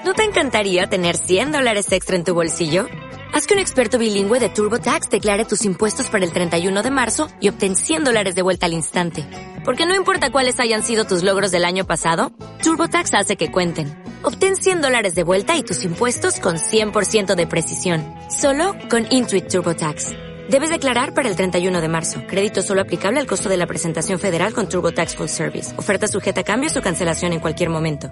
¿No te encantaría tener $100 extra en tu bolsillo? Haz que un experto bilingüe de TurboTax declare tus impuestos para el 31 de marzo y obtén $100 de vuelta al instante. Porque no importa cuáles hayan sido tus logros del año pasado, TurboTax hace que cuenten. Obtén $100 de vuelta y tus impuestos con 100% de precisión. Solo con Intuit TurboTax. Debes declarar para el 31 de marzo. Crédito solo aplicable al costo de la presentación federal con TurboTax Full Service. Oferta sujeta a cambios o cancelación en cualquier momento.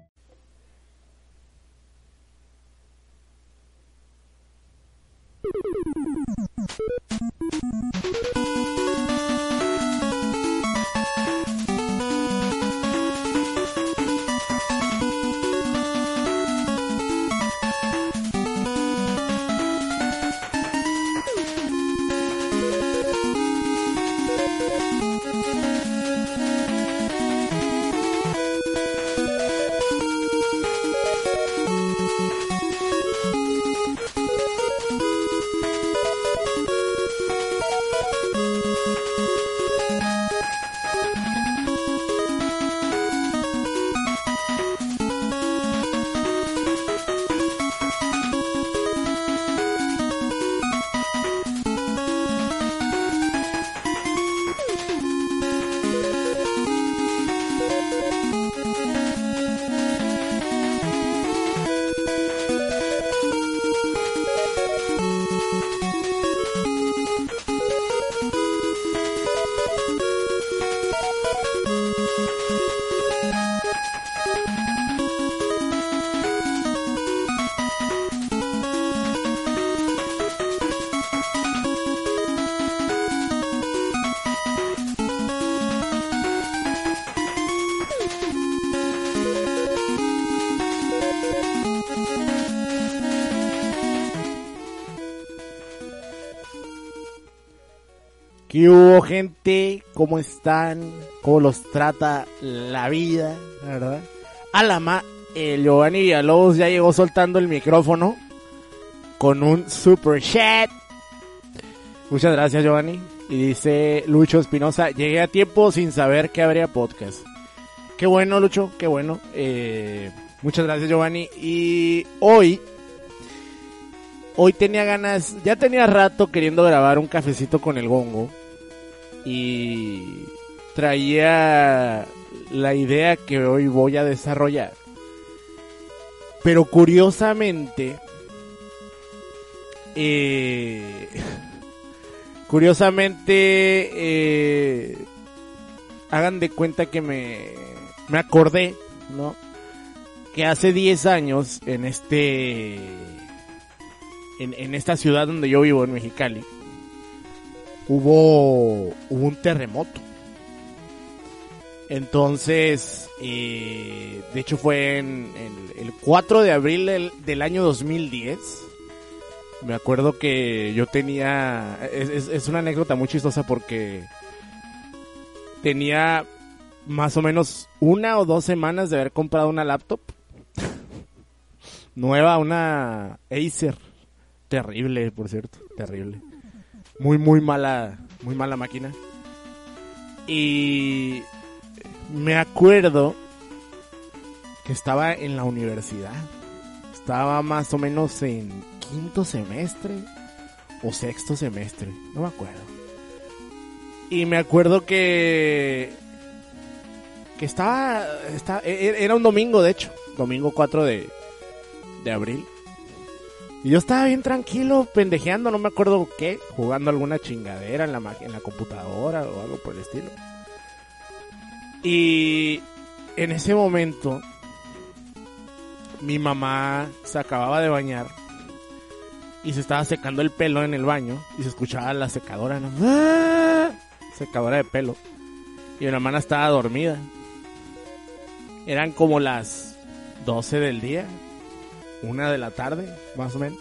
¿Qué hubo, gente? ¿Cómo están? ¿Cómo los trata la vida? ¿Verdad? El Giovanni Villalobos ya llegó soltando el micrófono con un super chat. Muchas gracias, Giovanni. Y dice Lucho Espinosa: llegué a tiempo sin saber que habría podcast. Qué bueno, Lucho, qué bueno. Muchas gracias, Giovanni. Y hoy tenía ganas, ya tenía rato queriendo grabar un cafecito con el Gongo. Y traía la idea que hoy voy a desarrollar. Pero curiosamente, hagan de cuenta que me acordé, ¿no? Que hace 10 años en esta ciudad donde yo vivo, en Mexicali, hubo un terremoto. Entonces, de hecho fue en el 4 de abril del año 2010. Me acuerdo que yo tenía... Es una anécdota muy chistosa porque tenía más o menos 1 o 2 semanas de haber comprado una laptop nueva, una Acer. Terrible, por cierto, terrible. Muy mala máquina. Y me acuerdo que estaba en la universidad. Estaba más o menos en 5º semestre o 6º semestre, no me acuerdo. Y me acuerdo que era un domingo, de hecho, domingo 4 de abril. Y yo estaba bien tranquilo, pendejeando, no me acuerdo qué, jugando alguna chingadera en la computadora o algo por el estilo. Y en ese momento mi mamá se acababa de bañar y se estaba secando el pelo en el baño y se escuchaba la secadora, ¿no? Secadora de pelo. Y mi hermana estaba dormida. Eran como las 12 del día, 1 de la tarde, más o menos.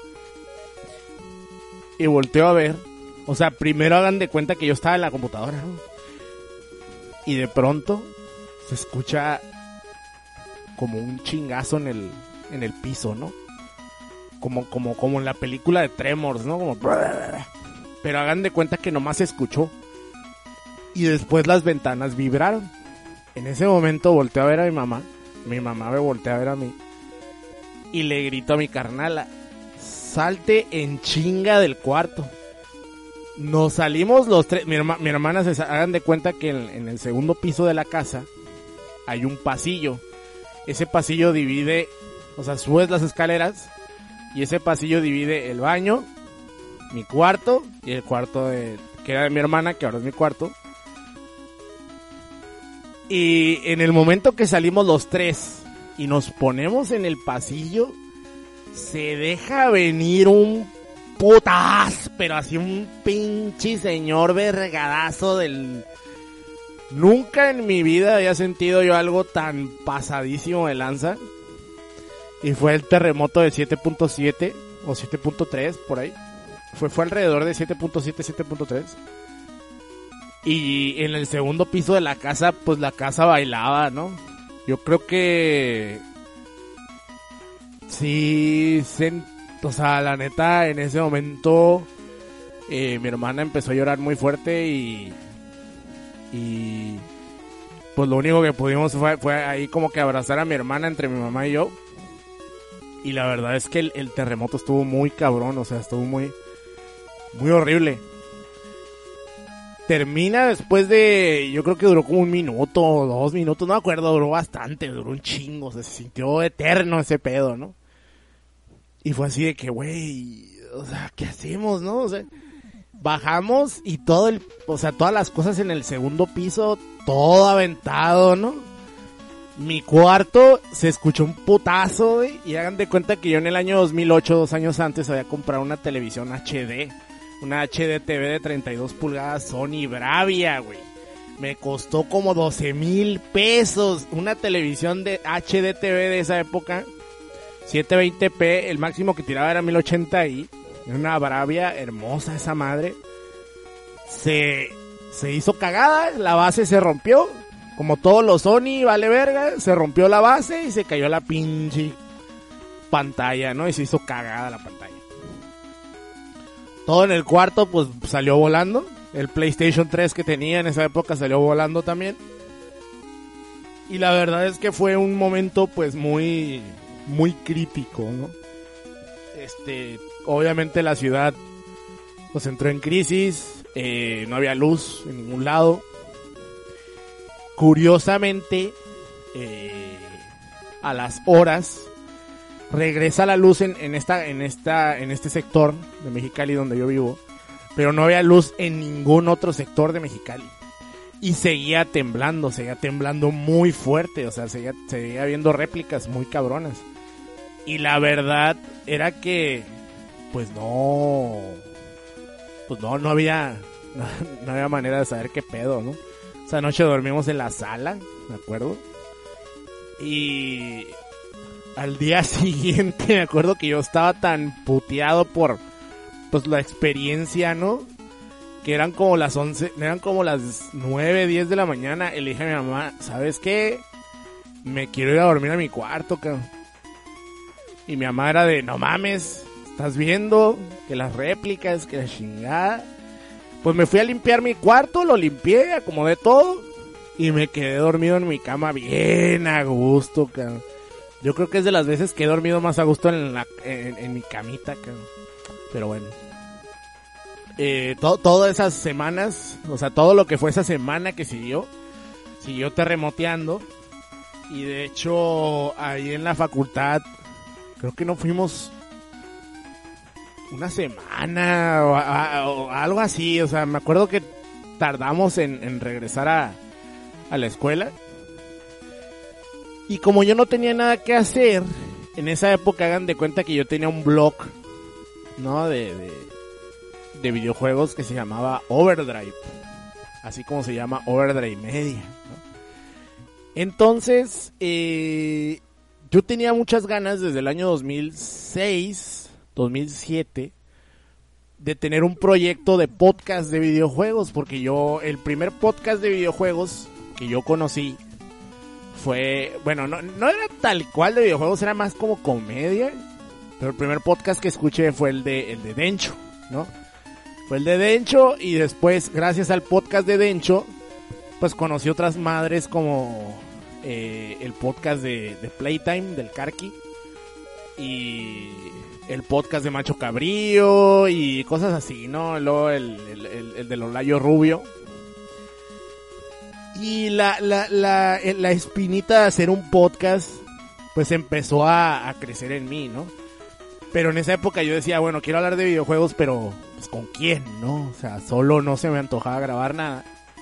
Y volteo a ver. O sea, primero hagan de cuenta que yo estaba en la computadora, ¿no? Y de pronto se escucha como un chingazo en el piso, ¿no? Como en la película de Tremors, ¿no? Como... Pero hagan de cuenta que nomás se escuchó. Y después las ventanas vibraron. En ese momento volteo a ver a mi mamá. Mi mamá me voltea a ver a mí. y le grito a mi carnala, salte en chinga del cuarto. Nos salimos los tres, mi hermana hagan de cuenta que en el segundo piso de la casa hay un pasillo. Ese pasillo divide, o sea, subes las escaleras y ese pasillo divide el baño, mi cuarto y el cuarto que era de mi hermana, que ahora es mi cuarto. Y en el momento que salimos los tres y nos ponemos en el pasillo, se deja venir un putas, pero así un pinche señor vergadazo del... Nunca en mi vida había sentido yo algo tan pasadísimo de lanza. Y fue el terremoto de 7.7 o 7.3 por ahí. Fue alrededor de 7.7, 7.3. Y en el segundo piso de la casa, pues la casa bailaba, ¿no? Yo creo que... Sí, o sea, la neta, en ese momento mi hermana empezó a llorar muy fuerte y pues lo único que pudimos fue ahí como que abrazar a mi hermana entre mi mamá y yo. Y la verdad es que el terremoto estuvo muy cabrón, o sea, estuvo muy horrible. Termina después de, yo creo que duró como 1 minuto o 2 minutos, no me acuerdo, duró bastante, duró un chingo, o sea, se sintió eterno ese pedo, ¿no? Y fue así de que, güey, o sea, ¿qué hacemos, no? O sea, bajamos y o sea, todas las cosas en el segundo piso, todo aventado, ¿no? Mi cuarto se escuchó un putazo, güey, y hagan de cuenta que yo en el año 2008, 2 años antes, había comprado una televisión HD, una HD TV de 32 pulgadas Sony Bravia, güey. Me costó como 12,000 pesos, una televisión de HD TV de esa época, 720p, el máximo que tiraba era 1080i, una Bravia hermosa esa madre. Se hizo cagada, la base se rompió, como todos los Sony, vale verga, se rompió la base y se cayó la pinche pantalla, ¿no? Y se hizo cagada la pantalla. Todo en el cuarto pues salió volando, el PlayStation 3 que tenía en esa época salió volando también. Y la verdad es que fue un momento pues muy crítico, ¿no? Obviamente la ciudad pues entró en crisis, no había luz en ningún lado. Curiosamente, a las horas regresa la luz en este sector de Mexicali donde yo vivo, pero no había luz en ningún otro sector de Mexicali. Y seguía temblando muy fuerte, o sea, seguía habiendo réplicas muy cabronas. Y la verdad era que pues no había manera de saber qué pedo, ¿no? Esa noche dormimos en la sala, me acuerdo. Y al día siguiente me acuerdo que yo estaba tan puteado por pues la experiencia, ¿no? Que eran como las 9, 10 de la mañana. Y le dije a mi mamá, ¿sabes qué? Me quiero ir a dormir a mi cuarto, cabrón. Y mi mamá era de, no mames, ¿estás viendo? Que las réplicas, que la chingada. Pues me fui a limpiar mi cuarto, lo limpié, acomodé todo. Y me quedé dormido en mi cama bien a gusto, cabrón. Yo creo que es de las veces que he dormido más a gusto en mi camita, cabrón. Pero bueno. Todas esas semanas, o sea, todo lo que fue esa semana que siguió terremoteando. Y de hecho, ahí en la facultad, creo que no fuimos una semana o algo así. O sea, me acuerdo que tardamos en regresar a la escuela. Y como yo no tenía nada que hacer, en esa época hagan de cuenta que yo tenía un blog, ¿no? De videojuegos que se llamaba Overdrive. Así como se llama Overdrive Media, ¿no? Entonces, yo tenía muchas ganas desde el año 2006, 2007, de tener un proyecto de podcast de videojuegos, porque el primer podcast de videojuegos que yo conocí fue, bueno, no era tal cual de videojuegos, era más como comedia, pero el primer podcast que escuché fue el de Dencho, ¿no? Fue el de Dencho, y después, gracias al podcast de Dencho, pues conocí otras madres como el podcast de Playtime, del Karki. y el podcast de Macho Cabrío y cosas así, ¿no? Luego el del Olayo Rubio. Y la espinita de hacer un podcast pues empezó a crecer en mí, ¿no? Pero en esa época yo decía, bueno, quiero hablar de videojuegos, pero pues ¿con quién, no? O sea, solo no se me antojaba grabar nada.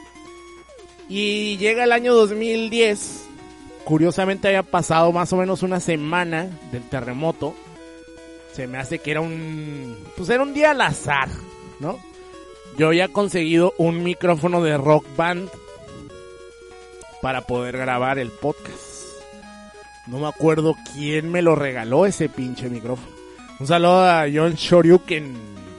Y llega el año 2010, curiosamente había pasado más o menos una semana del terremoto. Se me hace que era un día al azar, ¿no? Yo había conseguido un micrófono de Rock Band para poder grabar el podcast. No me acuerdo quién me lo regaló ese pinche micrófono. Un saludo a John Shoryuken.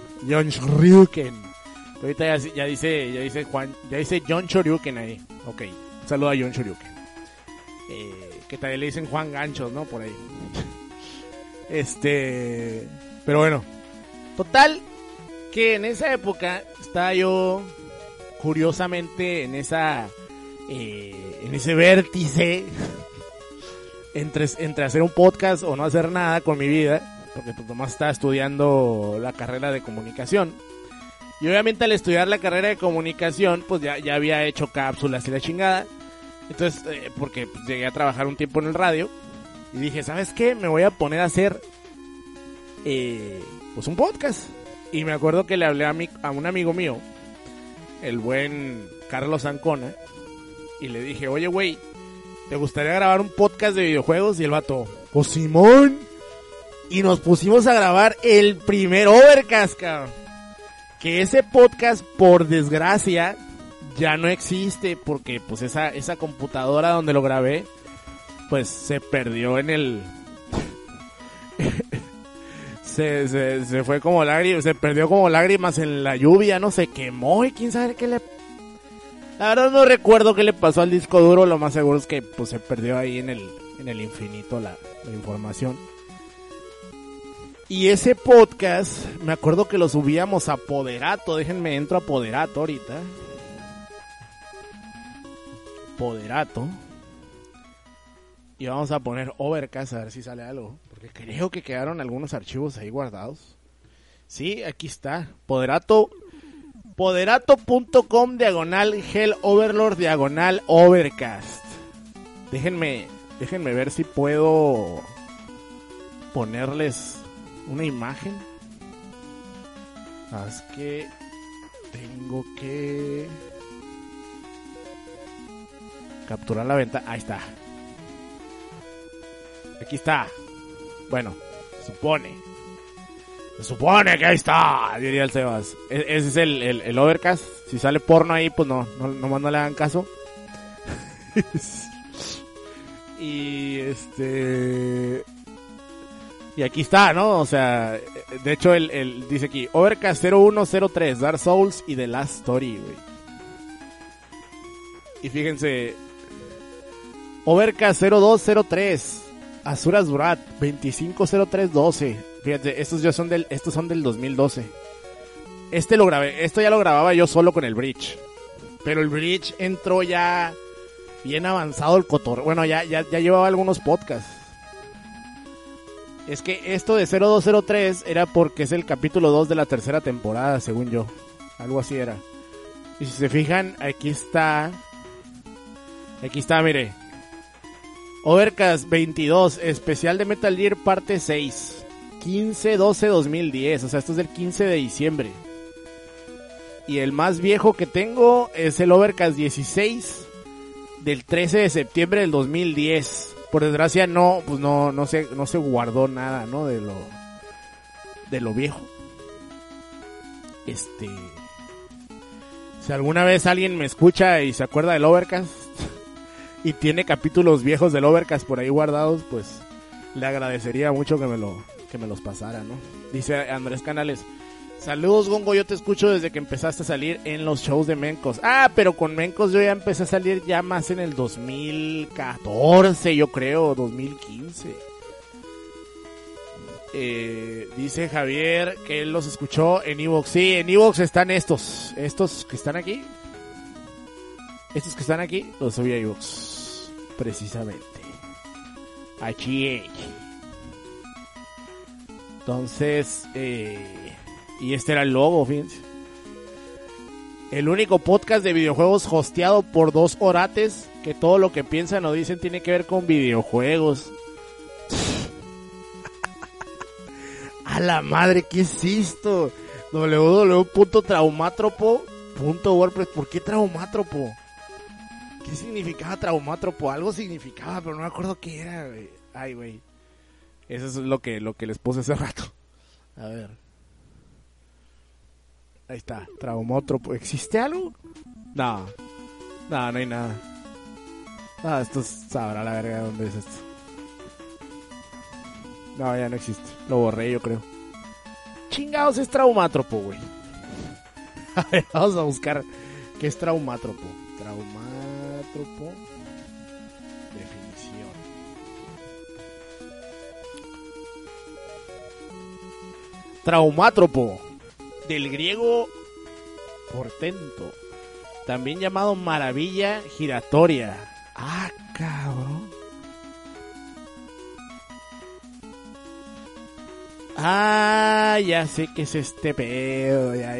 Ahorita ya dice Juan, ya dice John Shoryuken ahí. Ok, un saludo a John Shoryuken. Que también le dicen Juan Ganchos, ¿no? Por ahí. Pero bueno, total que en esa época estaba yo curiosamente en ese vértice entre hacer un podcast o no hacer nada con mi vida. Porque pues nomás estaba estudiando la carrera de comunicación. Y obviamente al estudiar la carrera de comunicación, pues ya había hecho cápsulas y la chingada. Entonces, porque pues, llegué a trabajar un tiempo en el radio. Y dije, ¿sabes qué? Me voy a poner a hacer pues un podcast. Y me acuerdo que le hablé a un amigo mío, el buen Carlos Ancona. Y le dije, oye güey, ¿te gustaría grabar un podcast de videojuegos? Y el vato, pues Simón. Y nos pusimos a grabar el primer Overcast, cabrón. Que ese podcast, por desgracia, ya no existe. Porque pues esa computadora donde lo grabé, pues se perdió en el... se fue como lágrimas, se perdió como lágrimas en la lluvia, no se quemó y quién sabe qué le... La verdad no recuerdo qué le pasó al disco duro, lo más seguro es que pues se perdió ahí en el infinito la información. Y ese podcast, me acuerdo que lo subíamos a Poderato. Déjenme entro a Poderato ahorita. Poderato. Y vamos a poner Overcast a ver si sale algo. Porque creo que quedaron algunos archivos ahí guardados. Sí, aquí está. Poderato. Poderato.com/Hell Overlord /Overcast. Déjenme ver si puedo ponerles una imagen. Es que tengo que capturar la ventana. Ahí está. Aquí está. Bueno, se supone que ahí está, diría el Sebas. Ese es el Overcast. Si sale porno ahí, pues no le hagan caso. Y y aquí está, ¿no? O sea, de hecho el dice aquí Overcast 0103, Dark Souls y The Last Story, güey. Y fíjense, Overcast 0203, Azuras Durat 250312. Fíjate, estos son del 2012. Esto ya lo grababa yo solo con el Bridge. Pero el Bridge entró ya bien avanzado el cotorreo. Bueno, ya llevaba algunos podcasts. Es que esto de 0203 era porque es el capítulo 2 de la tercera temporada, según yo. Algo así era. Y si se fijan, aquí está, mire. Overcast 22, especial de Metal Gear parte 6. 15-12-2010, o sea, esto es del 15 de diciembre. Y el más viejo que tengo es el Overcast 16 del 13 de septiembre del 2010. Por desgracia no se guardó nada, ¿no? De lo viejo. Si alguna vez alguien me escucha y se acuerda del Overcast y tiene capítulos viejos del Overcast por ahí guardados, pues le agradecería mucho que me los pasara, ¿no? Dice Andrés Canales: saludos, Gongo, yo te escucho desde que empezaste a salir en los shows de Mencos. Ah, pero con Mencos yo ya empecé a salir ya más en el 2014, yo creo, 2015. Dice Javier que él los escuchó en Evox. Sí, en Evox están estos que están aquí. Estos que están aquí los subí a Evox, precisamente. Aquí. Entonces, y este era el logo, fíjense. El único podcast de videojuegos hosteado por 2 orates que todo lo que piensan o dicen tiene que ver con videojuegos. A la madre, ¿qué es esto? www.traumatropo.wordpress. ¿Por qué Traumatropo? ¿Qué significaba Traumatropo? Algo significaba, pero no me acuerdo qué era, güey. Ay, güey. Eso es lo que les puse hace rato. A ver. Ahí está, Traumatropo. ¿Existe algo? No, no hay nada. No, esto sabrá la verga dónde es esto. No, ya no existe. Lo borré, yo creo. Chingados, es Traumatropo, güey. A ver, vamos a buscar qué es Traumatropo. Traumatropo. Definición. Traumátropo, del griego portento, también llamado maravilla giratoria. Ah, cabrón. Ah, ya sé qué es este pedo. Ya.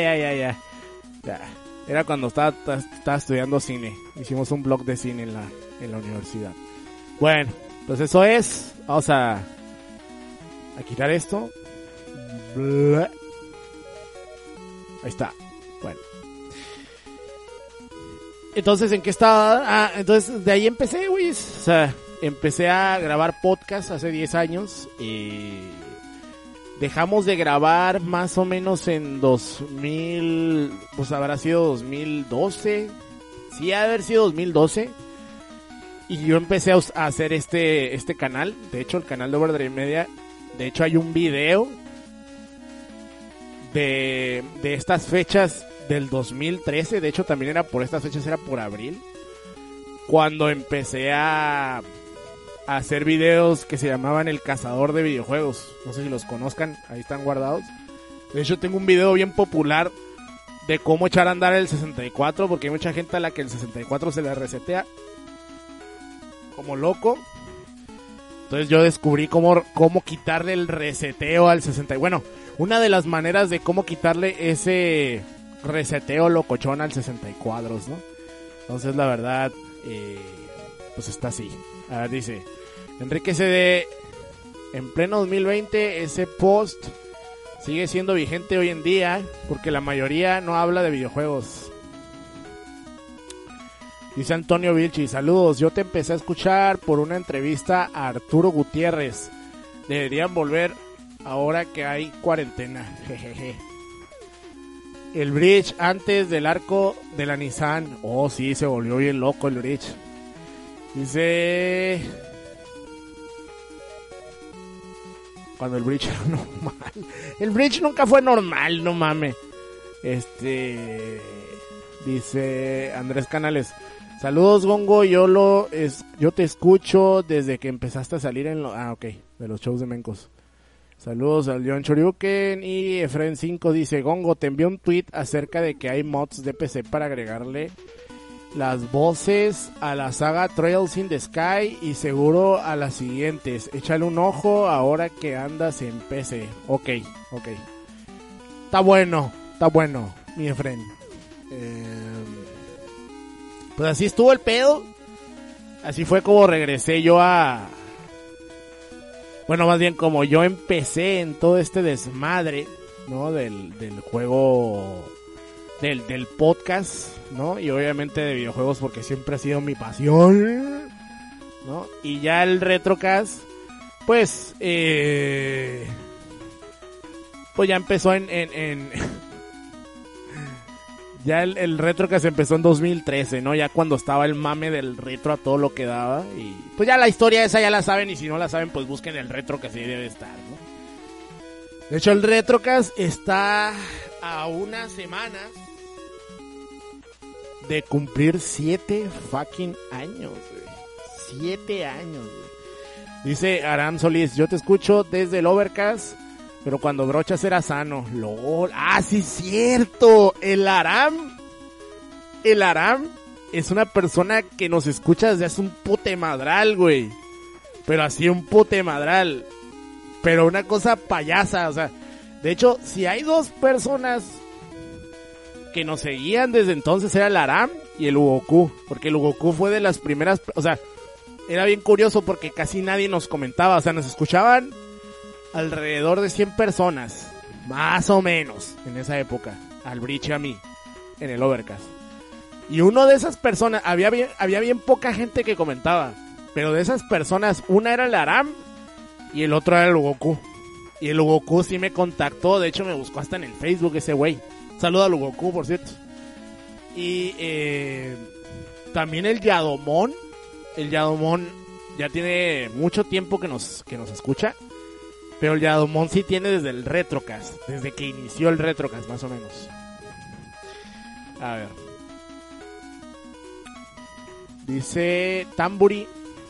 Era cuando estaba estudiando cine. Hicimos un blog de cine en la universidad. Bueno, pues eso es. Vamos a quitar esto. Ahí está. Bueno. Entonces, ¿en qué estaba? Entonces de ahí empecé, güey. O sea, empecé a grabar podcast hace 10 años. Y dejamos de grabar más o menos en 2000. Pues habrá sido 2012. Sí, ha de haber sido 2012. Y yo empecé a hacer este canal. De hecho, el canal de Overdrive Media. De hecho, hay un video de estas fechas del 2013. De hecho, también era por estas fechas, era por abril. Cuando empecé a hacer videos que se llamaban El Cazador de Videojuegos. No sé si los conozcan, ahí están guardados. De hecho, tengo un video bien popular de cómo echar a andar el 64, porque hay mucha gente a la que el 64 se le resetea como loco. Entonces yo descubrí cómo quitarle el reseteo al 60. Bueno, una de las maneras de cómo quitarle ese reseteo locochón al 64, ¿no? Entonces la verdad, pues está así. A ver, dice Enrique CD, en pleno 2020 ese post sigue siendo vigente hoy en día porque la mayoría no habla de videojuegos. Dice Antonio Vilchi, saludos, yo te empecé a escuchar por una entrevista a Arturo Gutiérrez. Deberían volver ahora que hay cuarentena. Jejeje. El bridge antes del arco de la Nissan. Oh, sí, se volvió bien loco el bridge. Dice... cuando el bridge era normal. El bridge nunca fue normal, no mames. Dice Andrés Canales. Saludos, Gongo, yo te escucho desde que empezaste a salir en de los shows de Mencos. Saludos al John Choryuken y Efren 5 dice, Gongo, te envió un tweet acerca de que hay mods de PC para agregarle las voces a la saga Trails in the Sky y seguro a las siguientes. Échale un ojo ahora que andas en PC. Ok. Está bueno, mi Efren. Pues así estuvo el pedo. Así fue como regresé yo bueno, más bien como yo empecé en todo este desmadre, ¿no? Del juego, del podcast, ¿no? Y obviamente de videojuegos porque siempre ha sido mi pasión, ¿no? Y ya el Retrocast, pues ya empezó ya el Retrocast empezó en 2013, ¿no? Ya cuando estaba el mame del retro a todo lo que daba. Y pues ya la historia esa ya la saben. Y si no la saben, pues busquen el Retrocast, ahí debe estar, ¿no? De hecho, el Retrocast está a unas semanas de cumplir 7 fucking años, güey. 7 años, güey. Dice Aram Solís, yo te escucho desde el Overcast, pero cuando Brochas era sano. LOL. Ah, sí, cierto. El Aram es una persona que nos escucha desde hace un putemadral, güey. Pero así un putemadral. pero una cosa payasa, o sea, de hecho, si hay dos personas que nos seguían desde entonces, era el Aram y el Hugo, porque el Hugo fue de las primeras, o sea, era bien curioso porque casi nadie nos comentaba, o sea, nos escuchaban alrededor de 100 personas, más o menos, en esa época, al Bridge y a mí, en el Overcast. Y uno de esas personas, había bien poca gente que comentaba, pero de esas personas, una era el Aram y el otro era el Hugo. Y el Hugo sí me contactó, de hecho me buscó hasta en el Facebook ese güey. Saluda al Hugo, por cierto. Y también el Yadomón. El Yadomón ya tiene mucho tiempo que nos escucha. Pero el Yadomón sí tiene desde el Retrocast, desde que inició el Retrocast, más o menos. A ver. Dice Tamburi.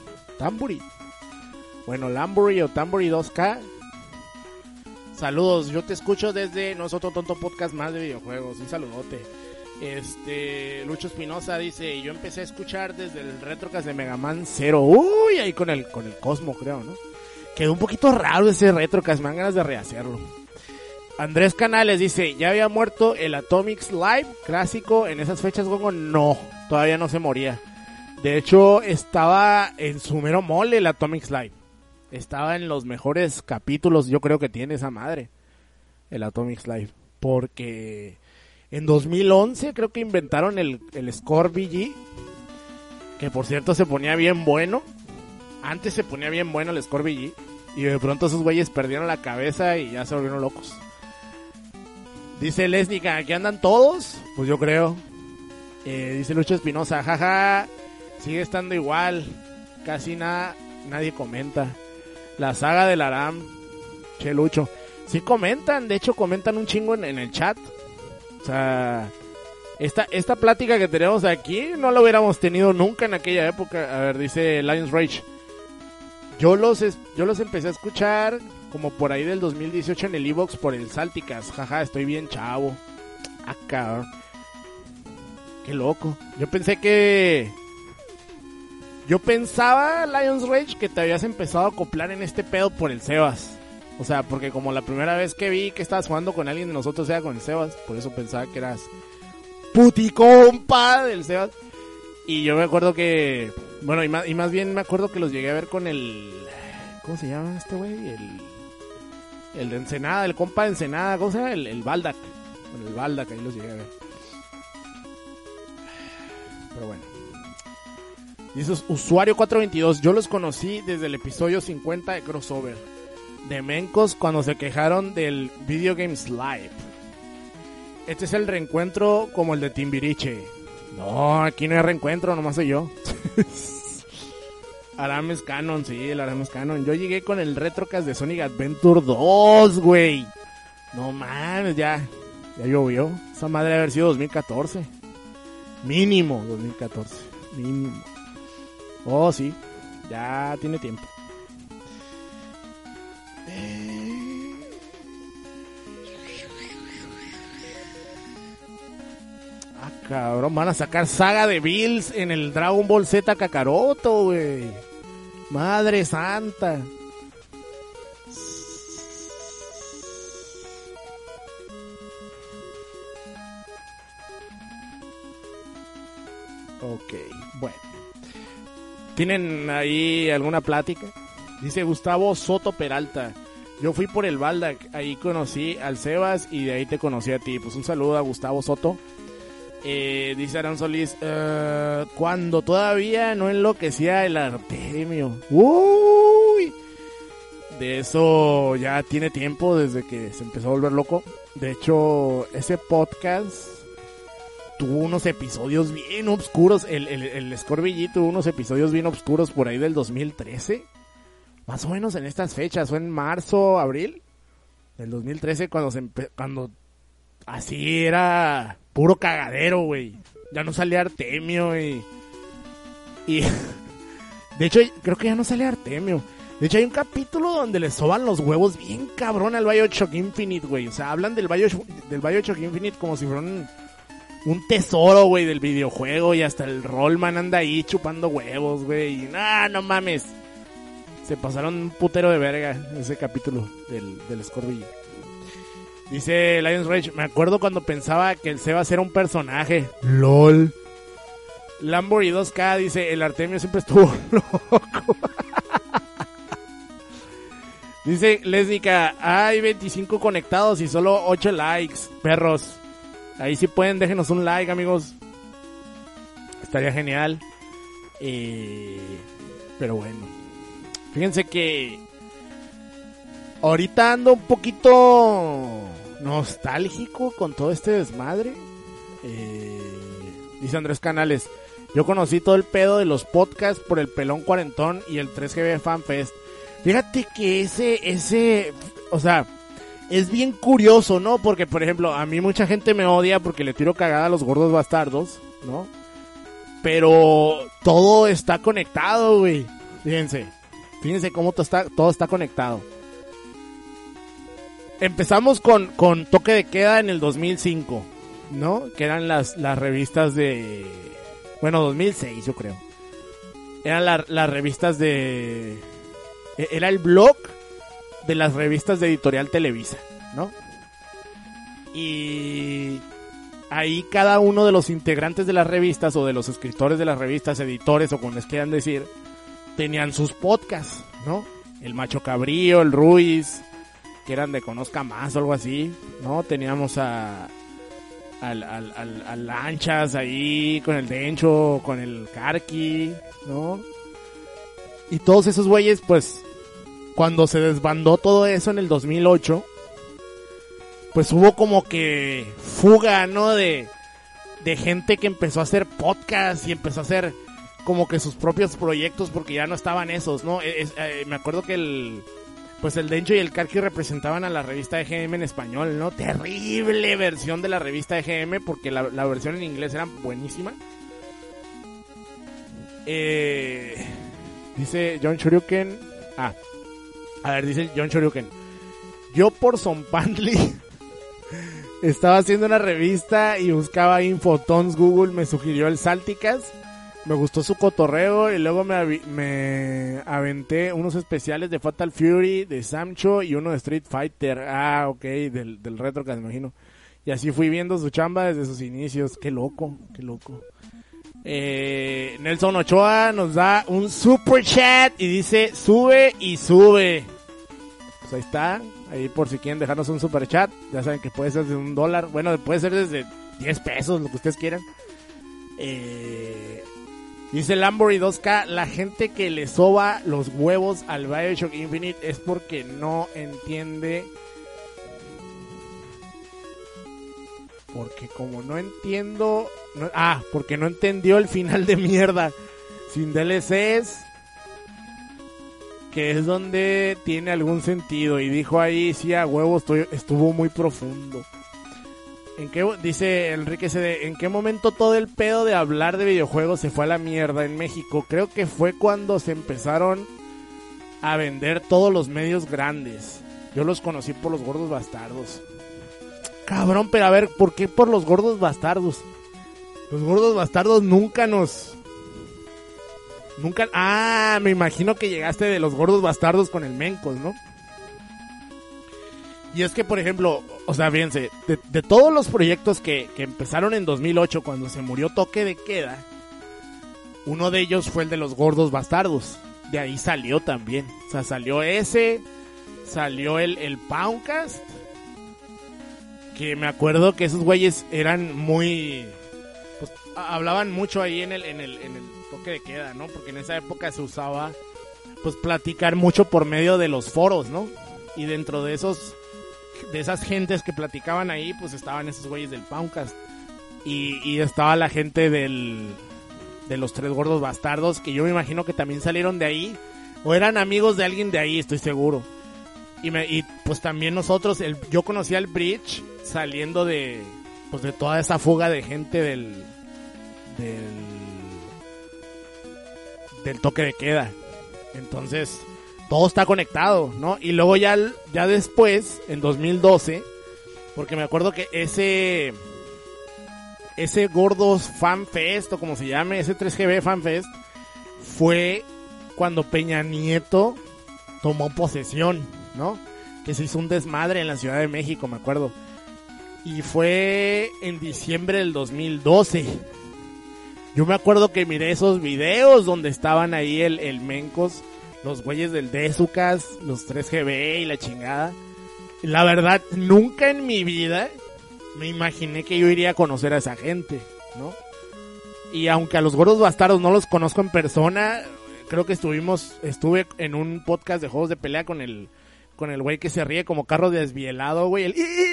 Bueno, Lamburi o Tamburi 2K. Saludos, yo te escucho desde Nosotros Tonto Podcast más de videojuegos. Un saludote. Lucho Espinosa dice, yo empecé a escuchar desde el Retrocast de Mega Man 0. Uy, ahí con el Cosmo, creo, ¿no? Quedó un poquito raro ese Retrocast, me dan ganas de rehacerlo. Andrés Canales dice, ¿ya había muerto el Atomics Live clásico en esas fechas, Gongo? No, todavía no se moría. De hecho, estaba en su mero mole el Atomics Live. Estaba en los mejores capítulos, yo creo que tiene esa madre, el Atomics Live. Porque en 2011 creo que inventaron el Score VG, que por cierto se ponía bien bueno. Antes se ponía bien bueno el Score VG, y de pronto esos güeyes perdieron la cabeza y ya se volvieron locos. Dice Lesnica, ¿aquí andan todos? Pues yo creo. Dice Lucho Espinosa, jaja, sigue estando igual, casi nadie comenta. La saga del Aram, che Lucho. Sí comentan, de hecho comentan un chingo en el chat. O sea, esta plática que tenemos aquí no la hubiéramos tenido nunca en aquella época. A ver, dice Lions Rage. Yo los empecé a escuchar como por ahí del 2018 en el Evox por el Salticas. Jaja, estoy bien chavo. Ah, cabrón. Qué loco. Yo pensaba, Lions Rage, que te habías empezado a acoplar en este pedo por el Sebas. O sea, porque como la primera vez que vi que estabas jugando con alguien de nosotros era con el Sebas. Por eso pensaba que eras puticompa del Sebas. Y yo me acuerdo que... Bueno, y más bien me acuerdo que los llegué a ver con el... ¿Cómo se llama este güey? El de Ensenada, el compa de Ensenada. ¿Cómo se llama? El Baldac. Con el Baldac, ahí los llegué a ver. Pero bueno. Dice Usuario 422. Yo los conocí desde el episodio 50 de Crossover. De Mencos cuando se quejaron del Video Games Live. Este es el reencuentro como el de Timbiriche. No, aquí no hay reencuentro, nomás soy yo. Aram es canon, sí, el Aram es canon. Yo llegué con el Retrocast de Sonic Adventure 2, güey. No mames, ya llovió. Esa madre debe haber sido 2014. Mínimo 2014. Mínimo. Oh, sí, ya tiene tiempo. Cabrón, van a sacar saga de Bills en el Dragon Ball Z Kakaroto, güey. Madre santa. Ok, bueno. ¿Tienen ahí alguna plática? Dice Gustavo Soto Peralta. Yo fui por el Baldac, ahí conocí al Sebas y de ahí te conocí a ti. Pues un saludo a Gustavo Soto. Dice Aran Solís, cuando todavía no enloquecía el Artemio. Uy, de eso ya tiene tiempo, desde que se empezó a volver loco. De hecho, ese podcast tuvo unos episodios bien oscuros. El Score VG tuvo unos episodios bien oscuros por ahí del 2013. Más o menos en estas fechas, o en marzo, abril del 2013, cuando así era puro cagadero, güey. Ya no sale Artemio y de hecho creo que ya no sale Artemio. De hecho hay un capítulo donde le soban los huevos bien cabrón al BioShock Infinite, güey. O sea, hablan del BioShock Infinite como si fuera un tesoro, güey, del videojuego, y hasta el Rollman anda ahí chupando huevos, güey. No mames. Se pasaron un putero de verga ese capítulo del Scorby. Dice Lions Rage, me acuerdo cuando pensaba que el Sebas era un personaje. LOL. Lamborghini 2K dice, el Artemio siempre estuvo loco. Dice Lesnica, hay 25 conectados y solo 8 likes, perros. Ahí sí pueden, déjenos un like, amigos. Estaría genial. Pero bueno. Fíjense que ahorita ando un poquito nostálgico con todo este desmadre. Dice Andrés Canales, yo conocí todo el pedo de los podcasts por el Pelón Cuarentón y el 3GB Fan Fest. Fíjate que ese, o sea, es bien curioso, ¿no? Porque, por ejemplo, a mí mucha gente me odia porque le tiro cagada a los gordos bastardos, ¿no? Pero todo está conectado, güey. Fíjense cómo todo está conectado. Empezamos con Toque de Queda en el 2005, ¿no? Que eran las revistas de... Bueno, 2006 yo creo. Eran las revistas de... Era el blog de las revistas de Editorial Televisa, ¿no? Y ahí cada uno de los integrantes de las revistas o de los escritores de las revistas, editores o como les quieran decir, tenían sus podcasts, ¿no? El Macho Cabrío, el Ruiz, que eran de Conozca Más o algo así, ¿no? Teníamos al Lanchas ahí, con el Dencho, con el Karki, ¿no? Y todos esos güeyes, pues, cuando se desbandó todo eso en el 2008, pues hubo como que fuga, ¿no? De gente que empezó a hacer podcast y empezó a hacer como que sus propios proyectos porque ya no estaban esos, ¿no? Me acuerdo que el Dencho y el Karki representaban a la revista de GM en español, ¿no? Terrible versión de la revista de GM porque la versión en inglés era buenísima. Dice John Shoryuken. Dice John Shoryuken. Yo por Zompantli estaba haciendo una revista y buscaba infotons. Google me sugirió el Salticas. Me gustó su cotorreo y luego me aventé unos especiales de Fatal Fury, de Samcho y uno de Street Fighter. Ok, del retro que me imagino. Y así fui viendo su chamba desde sus inicios. Qué loco. Nelson Ochoa nos da un super chat y dice sube y sube. Pues ahí está, ahí por si quieren dejarnos un super chat, ya saben que puede ser de $1, bueno, puede ser desde 10 pesos, lo que ustedes quieran. Dice Lamborghini 2K, la gente que le soba los huevos al BioShock Infinite es porque no entiende. Porque como no entiendo... porque no entendió el final de mierda. Sin DLCs. Que es donde tiene algún sentido. Y dijo ahí, sí, a huevo, estuvo muy profundo. Dice Enrique CD, ¿en qué momento todo el pedo de hablar de videojuegos se fue a la mierda en México? Creo que fue cuando se empezaron a vender todos los medios grandes. Yo los conocí por los gordos bastardos. Cabrón, pero a ver, ¿por qué por los gordos bastardos? Los gordos bastardos nunca... me imagino que llegaste de los gordos bastardos con el Mencos, ¿no? Y es que, por ejemplo, o sea, fíjense, de todos los proyectos que empezaron en 2008, cuando se murió Toque de Queda, uno de ellos fue el de los gordos bastardos. De ahí salió también. O sea, salió el Poundcast, que me acuerdo que esos güeyes eran muy... Pues hablaban mucho ahí en el Toque de Queda, ¿no? Porque en esa época se usaba, pues, platicar mucho por medio de los foros, ¿no? Y dentro de esas gentes que platicaban ahí, pues estaban esos güeyes del Poundcast. Y estaba la gente de los Tres Gordos Bastardos, que yo me imagino que también salieron de ahí, o eran amigos de alguien de ahí, estoy seguro. Y pues también nosotros, yo conocí al Bridge saliendo de toda esa fuga de gente del Toque de Queda. Entonces, todo está conectado, ¿no? Y luego ya después, en 2012, porque me acuerdo que ese Gordos Fan Fest, o como se llame, ese 3GB Fan Fest, fue cuando Peña Nieto tomó posesión, ¿no? Que se hizo un desmadre en la Ciudad de México, me acuerdo. Y fue en diciembre del 2012. Yo me acuerdo que miré esos videos donde estaban ahí el Mencos, los güeyes del Dezucas, los 3GB y la chingada. La verdad, nunca en mi vida me imaginé que yo iría a conocer a esa gente, ¿no? Y aunque a los Gordos Bastardos no los conozco en persona, creo que estuve en un podcast de juegos de pelea con el güey que se ríe como carro desvielado, güey.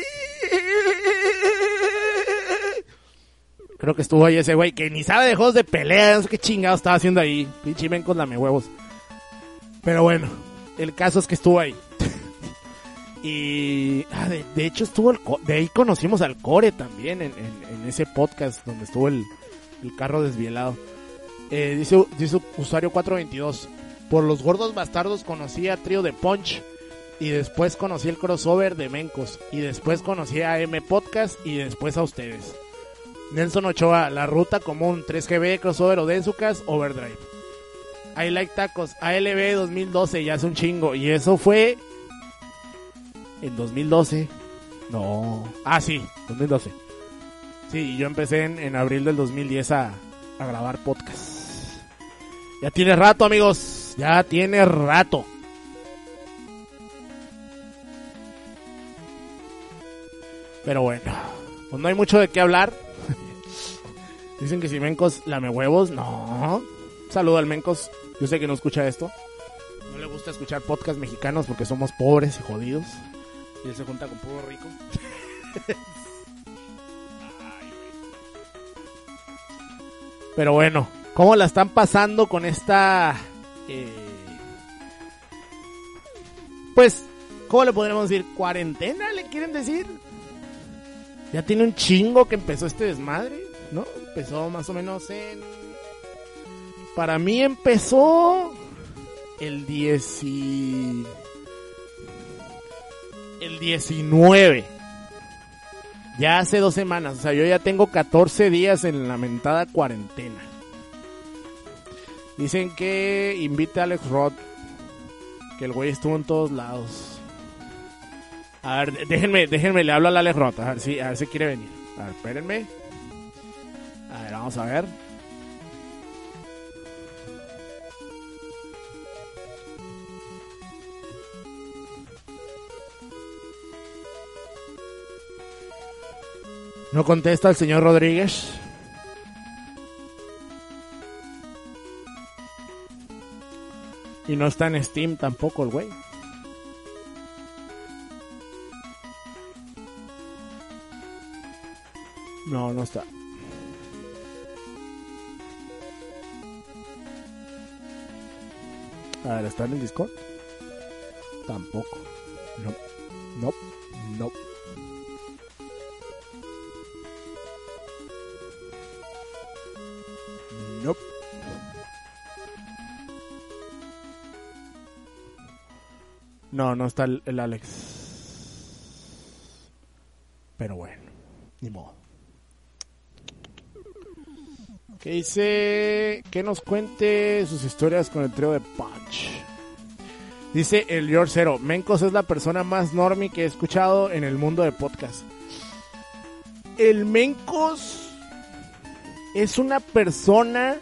Creo que estuvo ahí ese güey que ni sabe de juegos de pelea, no sé qué chingado estaba haciendo ahí. Pinche Mencos lame huevos. Pero bueno, el caso es que estuvo ahí. Y de hecho estuvo de ahí conocimos al Core también en ese podcast donde estuvo el carro desvielado. Dice usuario 422. Por los Gordos Bastardos conocí a Trío de Punch. Y después conocí el crossover de Mencos. Y después conocí a M Podcast. Y después a ustedes. Nelson Ochoa, la ruta común 3GB, crossover o Densucas, Overdrive. I Like Tacos, ALB 2012, ya es un chingo. Y eso fue en 2012. No. Ah, sí, 2012. Sí, yo empecé en abril del 2010 a grabar podcast. Ya tiene rato, amigos. Ya tiene rato. Pero bueno, pues no hay mucho de qué hablar. Dicen que si Mencos lame huevos. No. Saludo al Mencos. Yo sé que no escucha esto. No le gusta escuchar podcasts mexicanos porque somos pobres y jodidos. Y él se junta con puro rico. Pero bueno, ¿cómo la están pasando con esta... pues, ¿cómo le podríamos decir? ¿Cuarentena le quieren decir? Ya tiene un chingo que empezó este desmadre, ¿no? Empezó más o menos para mí empezó el 19. Ya hace 2 semanas. O sea, yo ya tengo 14 días en la lamentada cuarentena. Dicen que invite a Alex Roth. Que el güey estuvo en todos lados. A ver, déjenme, le hablo a Alex Roth. A ver si quiere venir. A ver, espérenme. A ver, vamos a ver. No contesta el señor Rodríguez. Y no está en Steam tampoco el güey. No, no está. A ver, ¿está en el Discord? Tampoco. No. No está el Alex. Pero bueno, ni modo. Que dice que nos cuente sus historias con el trío de Punch. Dice el George Zero, Mencos es la persona más normie que he escuchado en el mundo de podcast. El Mencos es una persona,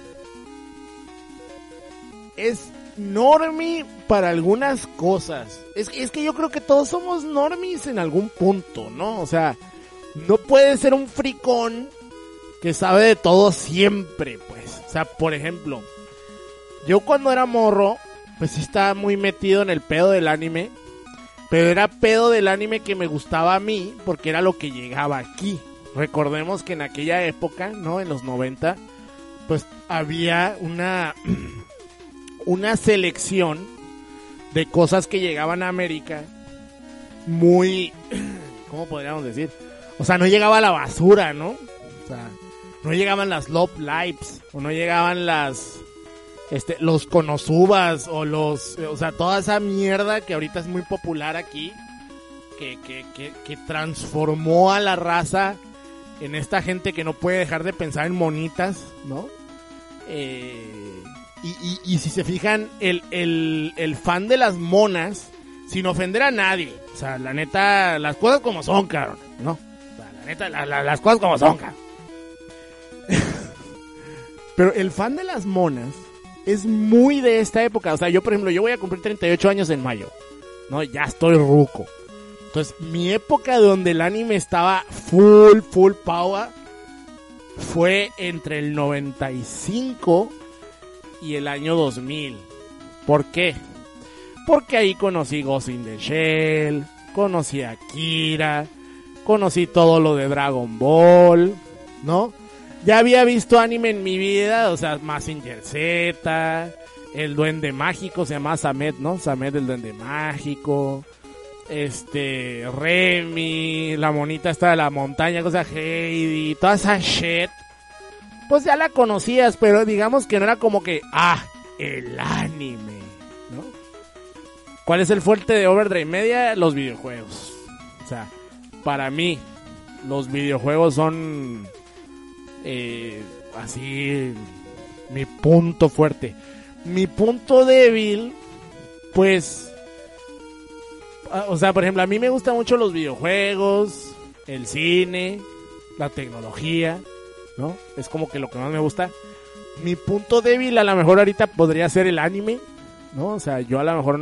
es normie para algunas cosas. Es que yo creo que todos somos normies en algún punto, ¿no? O sea, no puede ser un fricón que sabe de todo siempre, pues. O sea, por ejemplo, yo cuando era morro, pues sí estaba muy metido en el pedo del anime, pero era pedo del anime que me gustaba a mí, porque era lo que llegaba aquí. Recordemos que en aquella época, ¿no? En los 90, pues había una selección de cosas que llegaban a América muy, ¿cómo podríamos decir? O sea, no llegaba la basura, ¿no? O sea, no llegaban las Love Lives, o no llegaban los Konosubas, o sea, toda esa mierda que ahorita es muy popular aquí, que transformó a la raza en esta gente que no puede dejar de pensar en monitas, ¿no? Y si se fijan, el fan de las monas, sin ofender a nadie, o sea, la neta, las cosas como son, cabrón, ¿no? O sea, la neta, las cosas como son, cabrón. Pero el fan de las monas es muy de esta época. O sea, yo, por ejemplo, yo voy a cumplir 38 años en mayo, ¿no? Ya estoy ruco. Entonces, mi época donde el anime estaba full power fue entre el 95 y el año 2000. ¿Por qué? Porque ahí conocí Ghost in the Shell, conocí a Akira, conocí todo lo de Dragon Ball, ¿no? Ya había visto anime en mi vida, o sea, Mazinger Z, el Duende Mágico, se llama Samet, ¿no? Samet el Duende Mágico, Remy, la monita esta de la montaña, cosa Heidi, toda esa shit. Pues ya la conocías, pero digamos que no era como que, el anime, ¿no? ¿Cuál es el fuerte de Overdrive Media? Los videojuegos. O sea, para mí, los videojuegos son así mi punto fuerte. Mi punto débil, pues, o sea, por ejemplo, a mí me gustan mucho los videojuegos, el cine, la tecnología, ¿no? Es como que lo que más me gusta. Mi punto débil a lo mejor ahorita podría ser el anime, ¿no? O sea, yo a lo mejor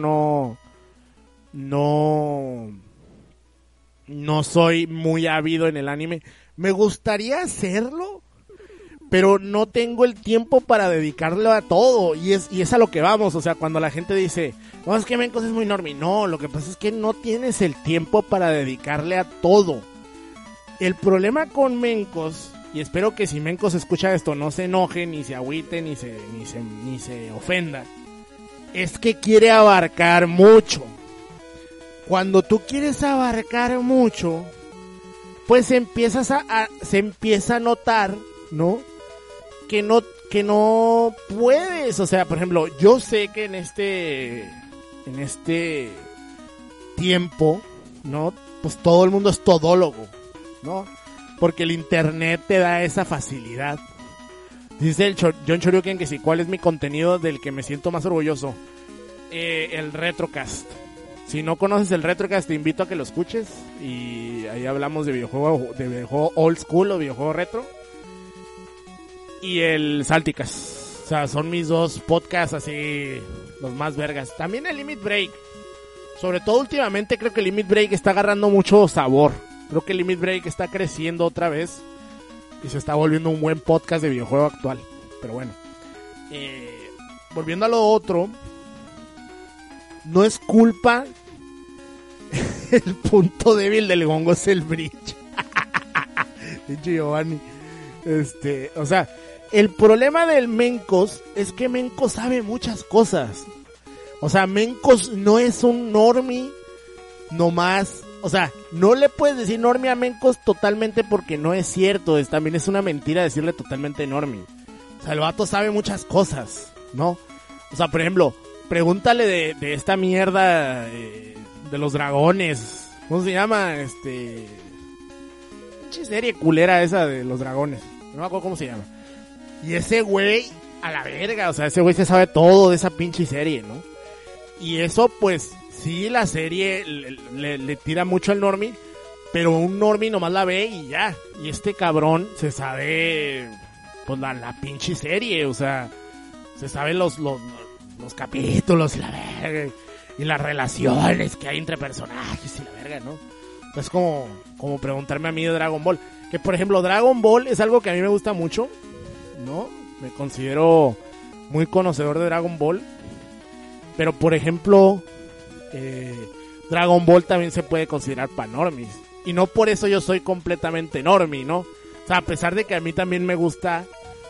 no soy muy ávido en el anime. Me gustaría hacerlo, pero no tengo el tiempo para dedicarlo a todo. Y es a lo que vamos. O sea, cuando la gente dice, no, es que Mencos es muy normie. No, lo que pasa es que no tienes el tiempo para dedicarle a todo. El problema con Mencos, y espero que si Mencos escucha esto no se enoje, ni se agüite, ni se ofenda, es que quiere abarcar mucho. Cuando tú quieres abarcar mucho, pues se empieza a notar, ¿no? Que no puedes. O sea, por ejemplo, yo sé que en este tiempo, ¿no? Pues todo el mundo es todólogo, ¿no? Porque el internet te da esa facilidad. Dice el John Choryuken que sí, ¿cuál es mi contenido del que me siento más orgulloso? El Retrocast. Si no conoces el Retrocast, te invito a que lo escuches. Y ahí hablamos de videojuego old school o videojuego retro. Y el Salticas. O sea, son mis dos podcasts así, los más vergas. También el Limit Break. Sobre todo últimamente creo que el Limit Break está agarrando mucho sabor. Creo que el Limit Break está creciendo otra vez. Y se está volviendo un buen podcast de videojuego actual. Pero bueno. Volviendo a lo otro. No es culpa. El punto débil del Gongo es el bridge. Giovanni. O sea, el problema del Mencos es que Mencos sabe muchas cosas. O sea, Mencos no es un normie nomás. O sea, no le puedes decir normie a Mencos totalmente porque no es cierto. También es una mentira decirle totalmente normie. O sea, el vato sabe muchas cosas, ¿no? O sea, por ejemplo, pregúntale de esta mierda de los dragones. ¿Cómo se llama? Pinche serie culera esa de los dragones. No me acuerdo cómo se llama. Y ese güey, a la verga, o sea, ese güey se sabe todo de esa pinche serie, ¿no? Y eso, pues, sí, la serie le tira mucho al normie, pero un normie nomás la ve y ya. Y este cabrón se sabe, pues, la pinche serie, o sea, se sabe los capítulos y la verga, y las relaciones que hay entre personajes y la verga, ¿no? Es como preguntarme a mí de Dragon Ball. Que, por ejemplo, Dragon Ball es algo que a mí me gusta mucho, ¿no? Me considero muy conocedor de Dragon Ball. Pero, por ejemplo, Dragon Ball también se puede considerar para normies. Y no por eso yo soy completamente normie, ¿no? O sea, a pesar de que a mí también me gusta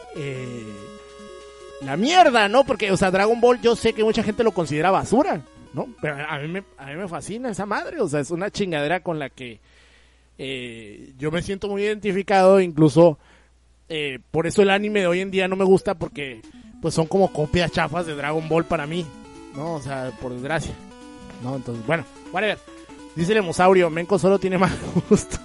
la mierda, ¿no? Porque, o sea, Dragon Ball yo sé que mucha gente lo considera basura, ¿no? Pero a mí me fascina esa madre. O sea, es una chingadera con la que yo me siento muy identificado. Incluso por eso el anime de hoy en día no me gusta, porque pues son como copias chafas de Dragon Ball para mí, ¿no? O sea, por desgracia, ¿no? Entonces, bueno, whatever. Dice el Hemosaurio, Menco solo tiene más gusto.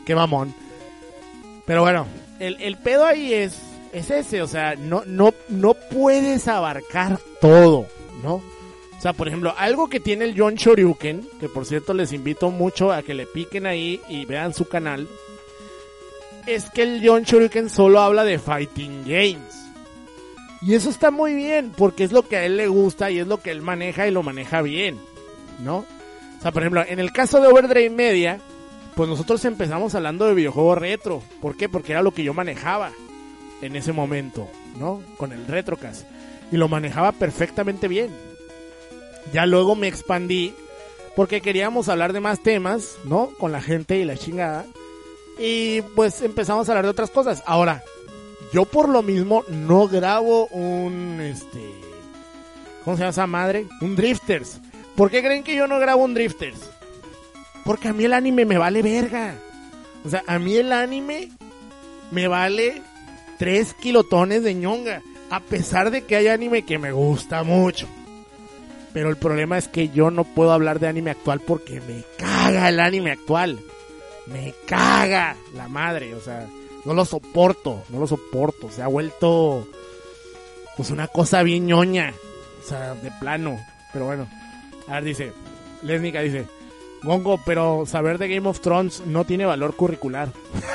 Qué mamón. Pero bueno, el pedo ahí es ese, o sea, no puedes abarcar todo, ¿no? O sea, por ejemplo, algo que tiene el John Shoryuken, que por cierto les invito mucho a que le piquen ahí y vean su canal, es que el John Shoryuken solo habla de fighting games. Y eso está muy bien, porque es lo que a él le gusta y es lo que él maneja y lo maneja bien, ¿no? O sea, por ejemplo, en el caso de Overdrive Media, pues nosotros empezamos hablando de videojuegos retro. ¿Por qué? Porque era lo que yo manejaba en ese momento, ¿no? Con el Retrocast. Y lo manejaba perfectamente bien. Ya luego me expandí porque queríamos hablar de más temas, ¿no? Con la gente y la chingada. Y pues empezamos a hablar de otras cosas. Ahora, yo por lo mismo no grabo un, ¿cómo se llama esa madre? Un Drifters. ¿Por qué creen que yo no grabo un Drifters? Porque a mí el anime me vale verga. O sea, a mí el anime me vale 3 kilotones de ñonga. A pesar de que hay anime que me gusta mucho. Pero el problema es que yo no puedo hablar de anime actual porque me caga el anime actual. Me caga la madre, o sea, no lo soporto. Se ha vuelto pues una cosa bien ñoña. O sea, de plano. Pero bueno. A ver, dice Lesnica, dice Gongo, pero saber de Game of Thrones no tiene valor curricular.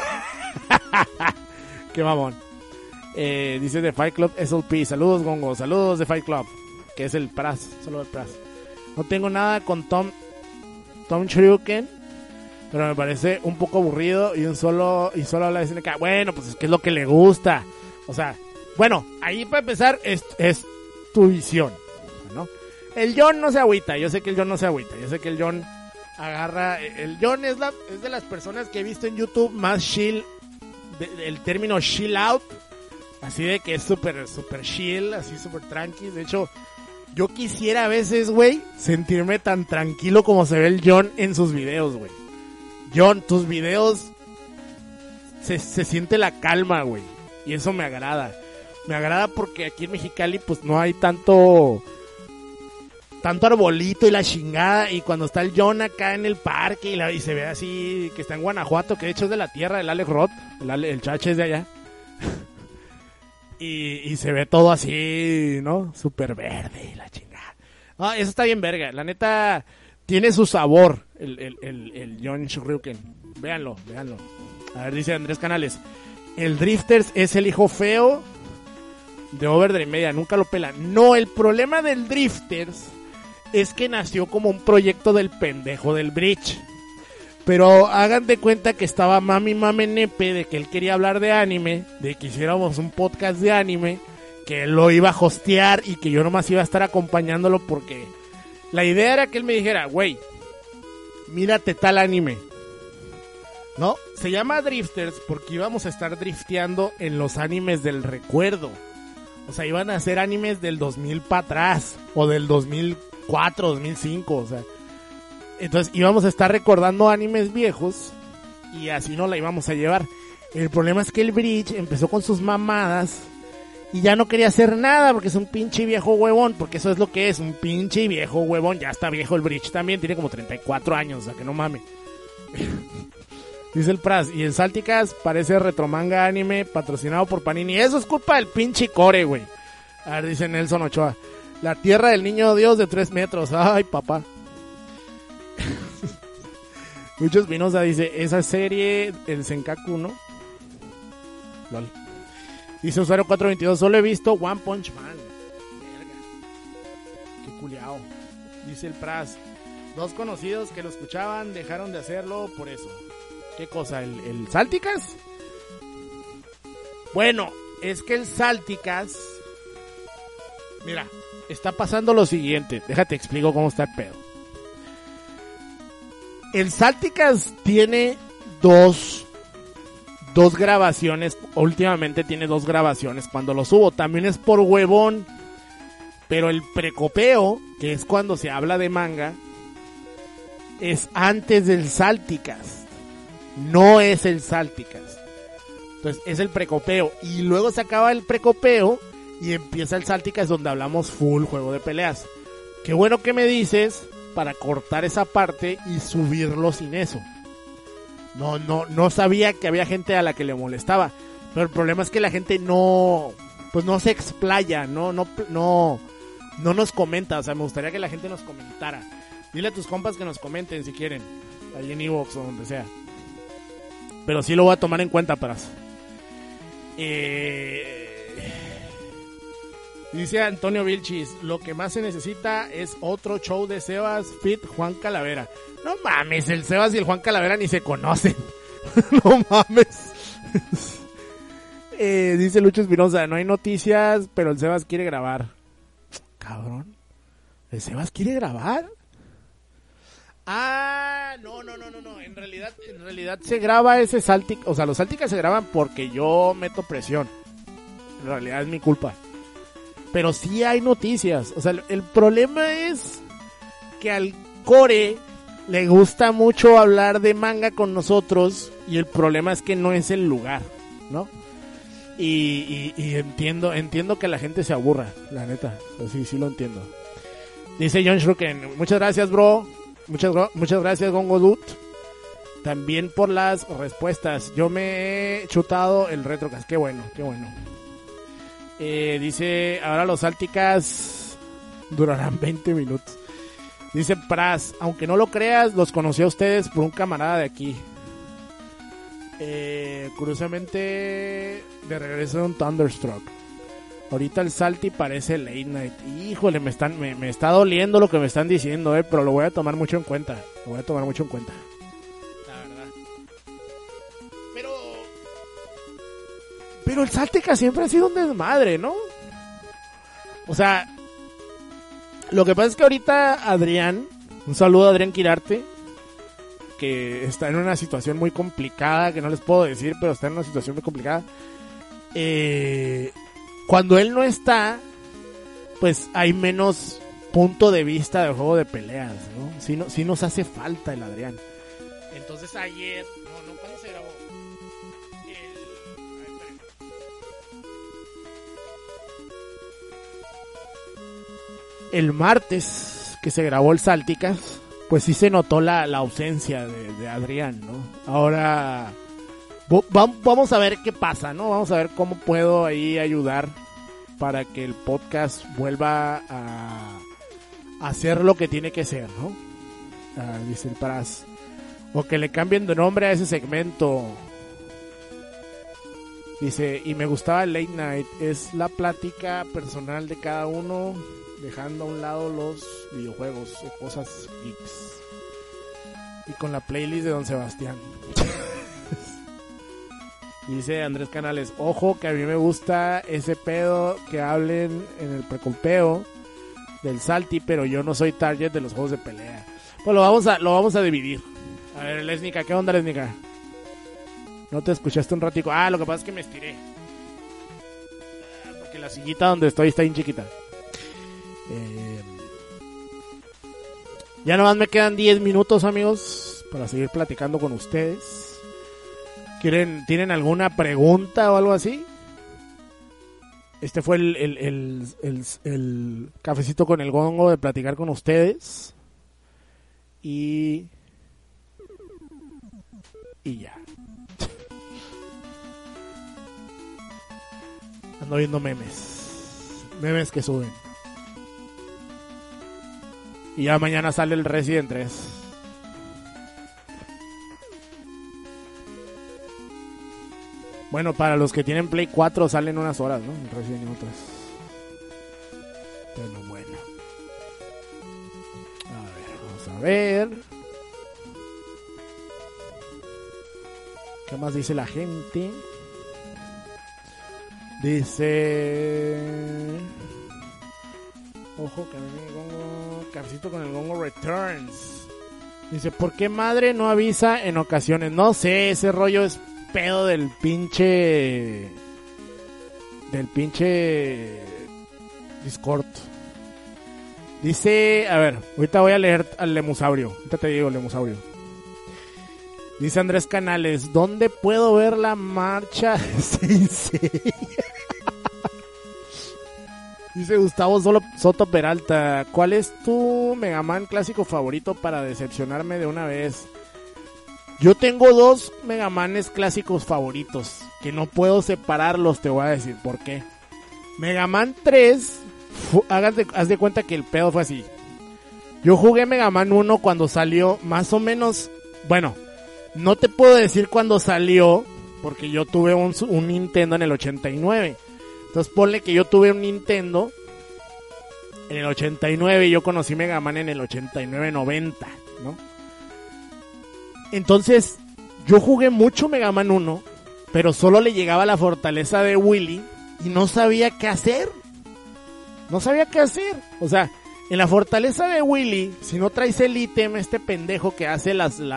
Qué mamón. Dice de Fight Club SLP. Saludos, Gongo. Saludos de Fight Club. Que es el Pras. Solo el Pras. No tengo nada con Tom Shoryuken, pero me parece un poco aburrido y solo habla de SNK. Bueno, pues es que es lo que le gusta. O sea, bueno, ahí para empezar es tu visión, ¿no? El John no se agüita. Yo sé que el John no se agüita. Yo sé que el John agarra. El John es de las personas que he visto en YouTube más chill. El término chill out. Así de que es súper chill. Así súper tranqui. De hecho, yo quisiera a veces, güey, sentirme tan tranquilo como se ve el John en sus videos, güey. John, tus videos se siente la calma, güey. Y eso me agrada. Me agrada porque aquí en Mexicali pues no hay tanto arbolito y la chingada. Y cuando está el John acá en el parque y se ve así que está en Guanajuato, que de hecho es de la tierra del Alex Roth, el chache es de allá. y se ve todo así, ¿no? Súper verde y la chingada. No, eso está bien verga. La neta tiene su sabor el John Shoryuken. Véanlo. A ver, dice Andrés Canales. El Drifters es el hijo feo de Overdrive Media. Nunca lo pela. No, el problema del Drifters es que nació como un proyecto del pendejo del Bridge. Pero hagan de cuenta que estaba mami nepe de que él quería hablar de anime, de que hiciéramos un podcast de anime, que él lo iba a hostear y que yo nomás iba a estar acompañándolo porque la idea era que él me dijera, güey, mírate tal anime, ¿no? Se llama Drifters porque íbamos a estar drifteando en los animes del recuerdo. O sea, iban a ser animes del 2000 para atrás, o del 2004, 2005, o sea. Entonces íbamos a estar recordando animes viejos y así nos la íbamos a llevar. El problema es que el Bridge empezó con sus mamadas y ya no quería hacer nada porque es un pinche viejo huevón, porque eso es lo que es, un pinche viejo huevón. Ya está viejo el Bridge también, tiene como 34 años, o sea que no mames. Dice el Pras, y el Salticas parece retromanga anime patrocinado por Panini. Eso es culpa del pinche core, güey. A ver, dice Nelson Ochoa, la tierra del niño Dios de 3 metros. Ay, papá. Muchos Vinosa dice, esa serie, el Senkaku, ¿no? Lol. Dice usuario 422, solo he visto One Punch Man. Verga. Qué culiao. Dice el Pras, 2 conocidos que lo escuchaban dejaron de hacerlo por eso. ¿Qué cosa? ¿El Salticas? Bueno, es que el Salticas, mira, está pasando lo siguiente. Déjate explico cómo está el pedo. El Salticas tiene dos grabaciones. Últimamente tiene 2 grabaciones cuando lo subo. También es por huevón. Pero el precopeo, que es cuando se habla de manga, es antes del Salticas. No es el Salticas. Entonces es el precopeo. Y luego se acaba el precopeo y empieza el Salticas donde hablamos full juego de peleas. Qué bueno que me dices para cortar esa parte y subirlo sin eso. no sabía que había gente a la que le molestaba. Pero el problema es que la gente no se explaya, no nos comenta. O sea, me gustaría que la gente nos comentara. Dile a tus compas que nos comenten si quieren, ahí en iVoox o donde sea. Pero sí lo voy a tomar en cuenta, paras. Dice Antonio Vilchis, lo que más se necesita es otro show de Sebas Fit Juan Calavera. No mames, el Sebas y el Juan Calavera ni se conocen. No mames. Dice Lucho Espinosa, no hay noticias, pero el Sebas quiere grabar. Cabrón, ¿el Sebas quiere grabar? Ah, no. En realidad se graba ese Saltic. O sea, los Salticas se graban porque yo meto presión. En realidad es mi culpa. Pero sí hay noticias. O sea, el problema es que al Core le gusta mucho hablar de manga con nosotros. Y el problema es que no es el lugar, ¿no? Y entiendo que la gente se aburra, la neta. Sí lo entiendo. Dice John Shruken, muchas gracias, bro. Muchas gracias, Gongo Dut. También por las respuestas. Yo me he chutado el Retrocast. Qué bueno. Dice, ahora los Salticas durarán 20 minutos. Dice Praz, aunque no lo creas, los conocí a ustedes por un camarada de aquí. Curiosamente, de regreso de un Thunderstruck. Ahorita el Salty parece Late Night. Híjole, me está doliendo lo que me están diciendo, pero lo voy a tomar mucho en cuenta. La verdad. Pero el Saltica siempre ha sido un desmadre, ¿no? O sea, lo que pasa es que ahorita Adrián, un saludo a Adrián Quirarte, que está en una situación muy complicada, que no les puedo decir, pero está en una situación muy complicada. Cuando él no está, pues hay menos punto de vista del juego de peleas, ¿no? Sí nos hace falta el Adrián. Entonces ayer, ¿cuándo se grabó? El martes que se grabó el Salticas, pues sí se notó la ausencia de Adrián, ¿no? Ahora vamos a ver qué pasa, ¿no? Vamos a ver cómo puedo ahí ayudar para que el podcast vuelva a hacer lo que tiene que ser, ¿no? Dice el Praz. O que le cambien de nombre a ese segmento. Dice, y me gustaba el Late Night. Es la plática personal de cada uno, dejando a un lado los videojuegos o cosas geeks. Y con la playlist de Don Sebastián. Dice Andrés Canales, ojo que a mí me gusta ese pedo que hablen en el precompeo del Salty, pero yo no soy target de los juegos de pelea. Pues lo vamos a dividir. A ver, Lesnica, ¿qué onda, Lesnica? No te escuchaste un ratico. Lo que pasa es que me estiré. Porque la sillita donde estoy está bien chiquita. Ya nomás me quedan 10 minutos, amigos, para seguir platicando con ustedes. ¿Tienen alguna pregunta o algo así? Este fue el cafecito con el Gongo de platicar con ustedes. Y ya. Ando viendo memes que suben. Y ya mañana sale el Resident 3. Bueno, para los que tienen Play 4 salen unas horas, ¿no? El Resident Evil 3. Pero bueno. Vamos a ver. ¿Qué más dice la gente? Dice... Ojo, que a mí me Gongo... Cafecito con el Gongo Returns. Dice, ¿por qué madre no avisa en ocasiones? No sé, ese rollo es pedo del pinche Discord. Dice, a ver, ahorita voy a leer al Lemusaurio. Ahorita te digo, Lemusaurio. Dice Andrés Canales, ¿dónde puedo ver la marcha de Sensei? Dice Gustavo Soto Peralta, ¿cuál es tu Mega Man clásico favorito para decepcionarme de una vez? Yo tengo 2 Mega Manes clásicos favoritos, que no puedo separarlos, te voy a decir por qué. Mega Man 3, haz de cuenta que el pedo fue así. Yo jugué Mega Man 1 cuando salió, más o menos, bueno, no te puedo decir cuándo salió, porque yo tuve un Nintendo en el 89. Entonces ponle que yo tuve un Nintendo en el 89 y yo conocí Mega Man en el 89-90, ¿no? Entonces, yo jugué mucho Mega Man 1, pero solo le llegaba la fortaleza de Willy y no sabía qué hacer. No sabía qué hacer. O sea, en la fortaleza de Willy, si no traes el ítem, este pendejo que hace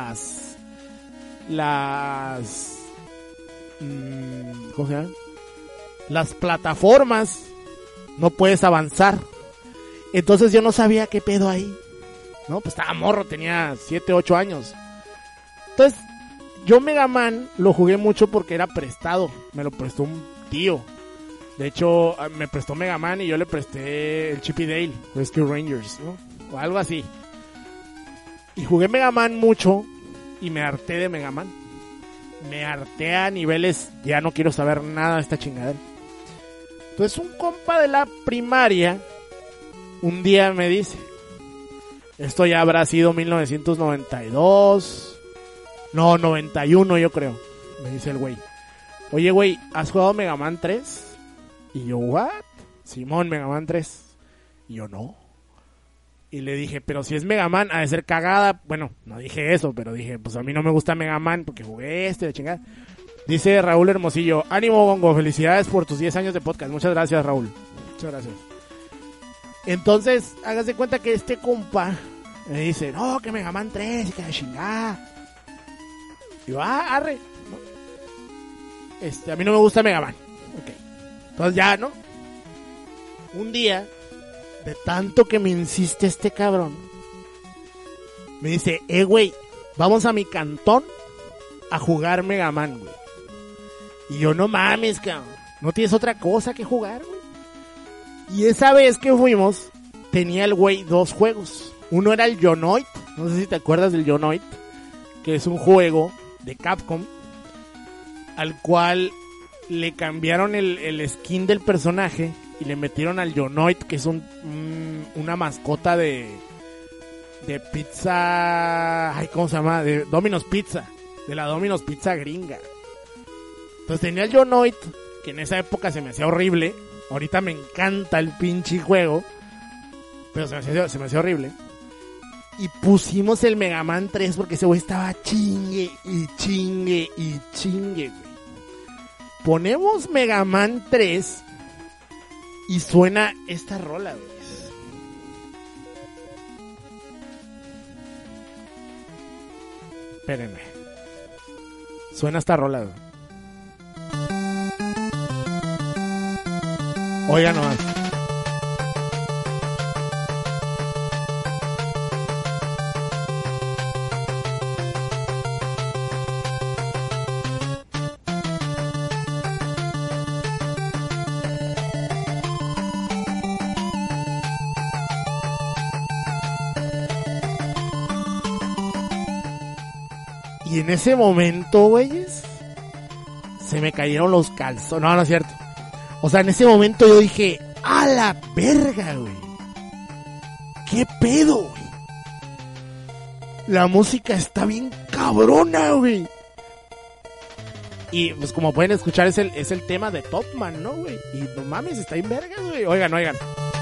¿cómo se llama? Las plataformas, no puedes avanzar. Entonces yo no sabía qué pedo ahí, ¿no? Pues estaba morro, tenía 7, 8 años. Entonces, yo Mega Man lo jugué mucho porque era prestado. Me lo prestó un tío. De hecho, me prestó Mega Man y yo le presté el Chip y Dale, Rescue Rangers, ¿no? O algo así. Y jugué Mega Man mucho y me harté de Mega Man. Me harté a niveles, ya no quiero saber nada de esta chingadera. Entonces un compa de la primaria un día me dice, esto ya habrá sido 1992, no, 91 yo creo, me dice el güey. Oye güey, ¿has jugado Mega Man 3? Y yo, ¿what? Simón, Mega Man 3. Y yo, no. Y le dije, pero si es Mega Man, ha de ser cagada. Bueno, no dije eso, pero dije, pues a mí no me gusta Mega Man porque jugué de chingada. Dice Raúl Hermosillo, ánimo Gongo, felicidades por tus 10 años de podcast. Muchas gracias, Raúl. Muchas gracias. Entonces, hágase cuenta que este compa me dice, no, que Mega Man 3, que de chingada. Y yo, arre. ¿No? A mí no me gusta Mega Man. Ok. Entonces ya, ¿no? Un día, de tanto que me insiste este cabrón, me dice, güey, vamos a mi cantón a jugar Mega Man, güey. Y yo, no mames, cabrón, no tienes otra cosa que jugar, güey. Y esa vez que fuimos, tenía el güey 2 juegos. Uno era el Yonoid, no sé si te acuerdas del Yonoid, que es un juego de Capcom, al cual le cambiaron el skin del personaje y le metieron al Yonoid, que es una mascota de pizza, ay, ¿cómo se llama? De Domino's Pizza, de la Domino's Pizza gringa. Entonces tenía el Yonoid, que en esa época se me hacía horrible. Ahorita me encanta el pinche juego, pero se me hacía horrible. Y pusimos el Mega Man 3 porque ese güey estaba chingue y chingue y chingue, güey. Ponemos Mega Man 3 y suena esta rola, güey. Espérenme. Suena esta rola, güey. Oigan nomás. Y en ese momento, güeyes, se me cayeron los calzones. No, no es cierto. O sea, en ese momento yo dije, ¡a la verga, güey! ¿Qué pedo, güey? La música está bien cabrona, güey. Y pues como pueden escuchar es el tema de Top Man, ¿no, güey? Y no mames, está bien verga, güey. Oigan, oigan.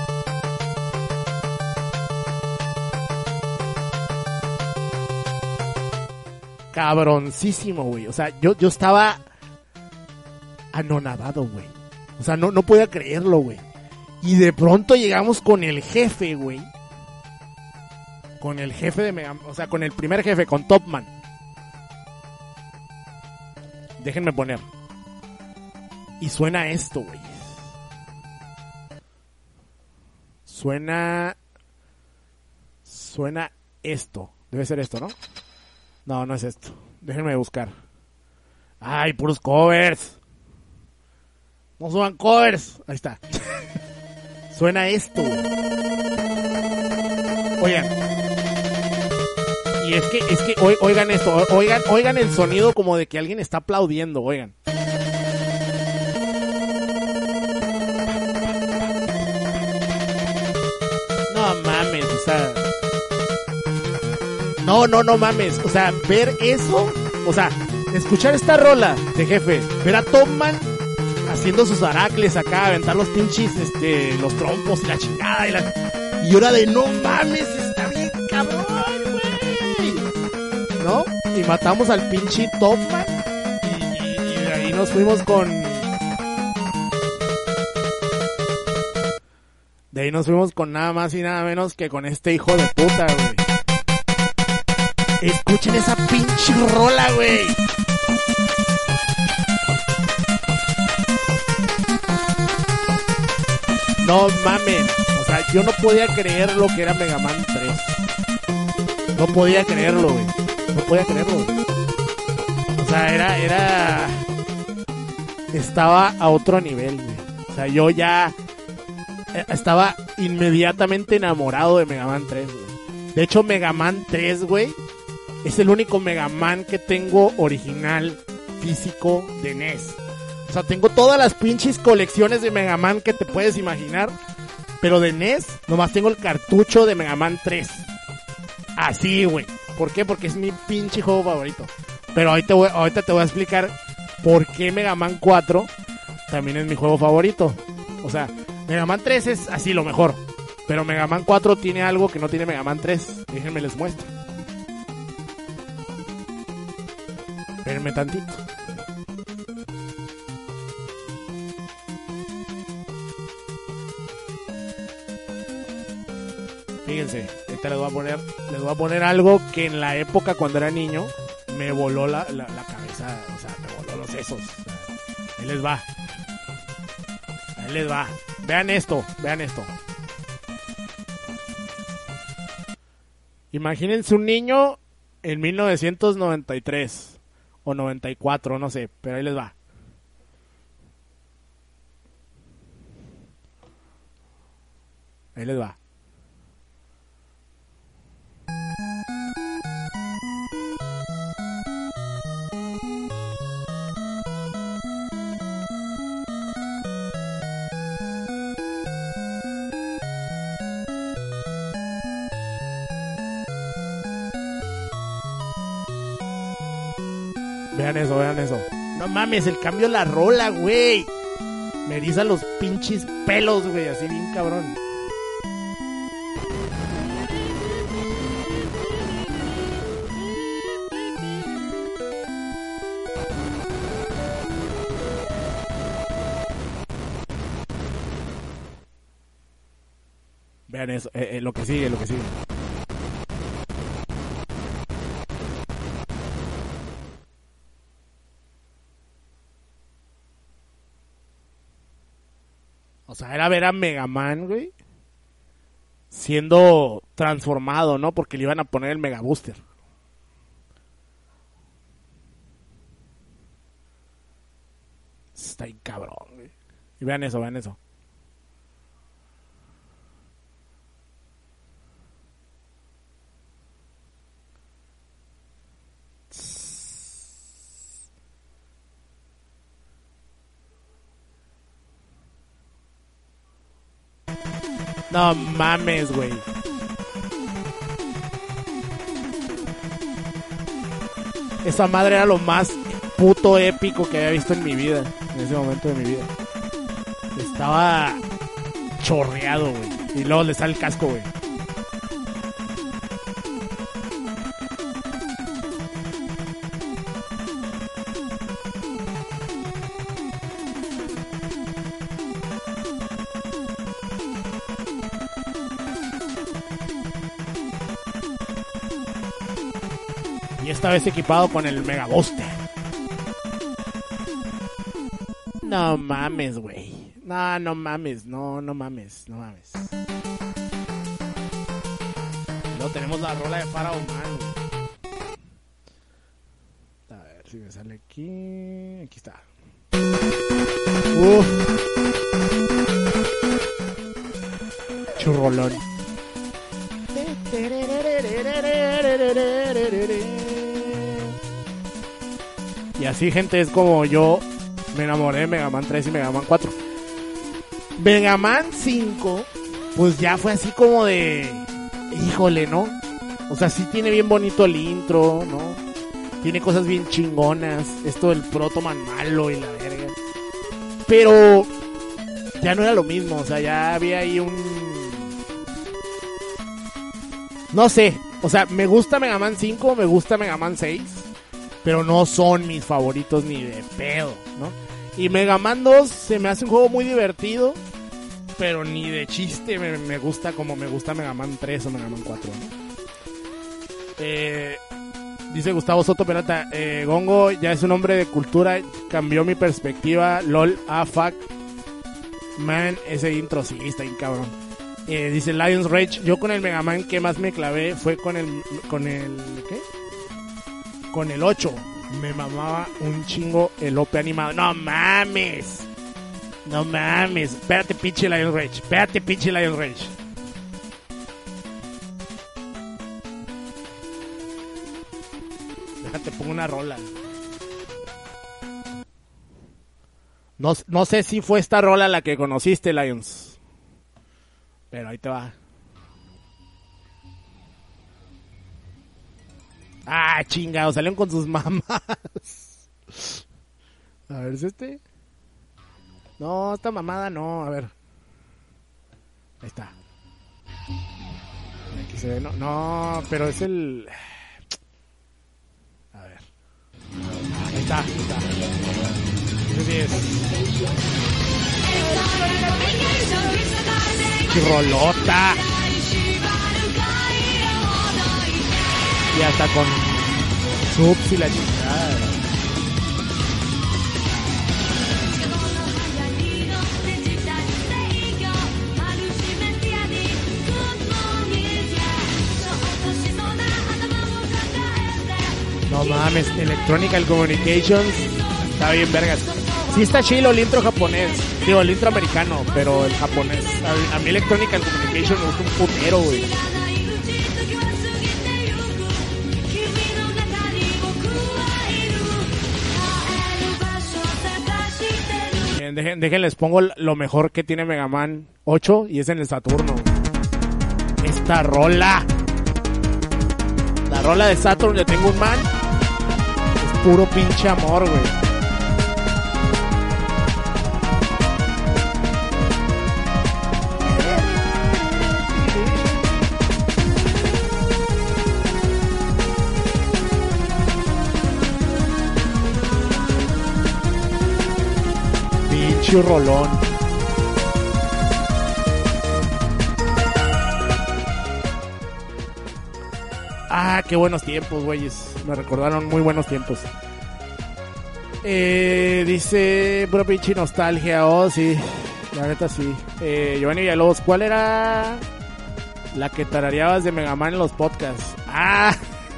Cabroncísimo, güey. O sea, yo estaba anonadado, güey. O sea, no podía creerlo, güey. Y de pronto llegamos con el jefe, güey. Con el jefe de Mega... O sea, con el primer jefe, con Top Man. Déjenme poner. Y suena esto, güey. Suena esto. Debe ser esto, ¿no? No, no es esto. Déjenme buscar. ¡Ay, puros covers! No suban covers. Ahí está. Suena esto, güey. Oigan. Y es que, oigan esto, oigan el sonido como de que alguien está aplaudiendo, oigan. No mames, o sea... No mames, o sea, ver eso, o sea, escuchar esta rola de Jefe, ver a Topman haciendo sus aracles acá, aventar los pinches, los trompos y la chingada y hora de no mames, está bien cabrón, güey, ¿no? Y matamos al pinche Topman y de ahí nos fuimos con... De ahí nos fuimos con nada más y nada menos que con este hijo de puta, güey. Escuchen esa pinche rola, güey. No mames. O sea, yo no podía creer lo que era Mega Man 3. No podía creerlo, güey. No podía creerlo, güey. O sea, era... Estaba a otro nivel, güey. O sea, yo ya... Estaba inmediatamente enamorado de Mega Man 3, güey. De hecho, Mega Man 3, güey, es el único Mega Man que tengo original, físico, de NES. O sea, tengo todas las pinches colecciones de Mega Man que te puedes imaginar. Pero de NES, nomás tengo el cartucho de Mega Man 3. Así, güey. ¿Por qué? Porque es mi pinche juego favorito. Pero ahorita te voy a explicar por qué Mega Man 4 también es mi juego favorito. O sea, Mega Man 3 es así lo mejor. Pero Mega Man 4 tiene algo que no tiene Mega Man 3. Déjenme les muestro. Espérenme tantito. Fíjense, ahorita les voy a poner algo que en la época cuando era niño me voló la cabeza, o sea, me voló los sesos. O sea, ahí les va. Ahí les va. Vean esto. Imagínense un niño en 1993 o 94, no sé, pero ahí les va. Ahí les va. Vean eso. No mames, el cambio de la rola, güey. Me eriza los pinches pelos, güey, así bien cabrón. Vean eso, lo que sigue. O sea, era ver a Mega Man, güey, siendo transformado, ¿no? Porque le iban a poner el Mega Booster. Está ahí cabrón, güey. Y vean eso. No mames, güey. Esa madre era lo más puto épico que había visto en mi vida. En ese momento de mi vida. Estaba chorreado, güey. Y luego le sale el casco, güey. Esta vez equipado con el Mega Booster. No mames, güey. No mames. Luego tenemos la rola de Pharaoh Man, güey. A ver si me sale aquí. Aquí está. Churrolón. así, gente, es como yo me enamoré de Mega Man 3 y Mega Man 4. Mega Man 5, pues ya fue así como de... Híjole, ¿no? O sea, sí tiene bien bonito el intro, ¿no? Tiene cosas bien chingonas. Esto del Proto Man malo y la verga. Pero ya no era lo mismo. O sea, ya había ahí un... No sé. O sea, me gusta Mega Man 5, me gusta Mega Man 6. Pero no son mis favoritos ni de pedo, ¿no? Y Mega Man 2 se me hace un juego muy divertido. Pero ni de chiste me gusta como me gusta Mega Man 3 o Mega Man 4, ¿no? Dice Gustavo Soto Peralta, Gongo ya es un hombre de cultura, cambió mi perspectiva, lol, fuck, man, ese intro sí está bien cabrón. Dice Lions Rage, yo con el Mega Man que más me clavé fue con el ¿qué? Con el 8, me mamaba un chingo el OP animado, no mames, espérate pinche Lions Rage. Déjate, pongo una rola. No sé si fue esta rola la que conociste, Lions. Pero ahí te va. Ah, chingado, salieron con sus mamás. A ver, ¿es este? No, esta mamada no, a ver. Ahí está. Aquí se ve, no, pero es el... A ver. Ahí está. Ese sí es. Chirrolota. Y hasta con subs y la chingada. No mames, Electronical Communications está bien vergas. Sí está chido el intro japonés, digo el intro americano, pero el japonés, a mí Electronical Communications me gusta un putero, güey. Déjenles pongo lo mejor que tiene Mega Man 8 y es en el Saturno. Esta rola. La rola de Saturn de Tengo un Man. Es puro pinche amor, güey. Pinche rolón. Ah, qué buenos tiempos, güeyes. Me recordaron muy buenos tiempos. Dice pura pinche nostalgia. Oh, sí. La neta sí. Giovanni Villalobos, ¿cuál era la que tarareabas de Mega Man en los podcasts? Ah.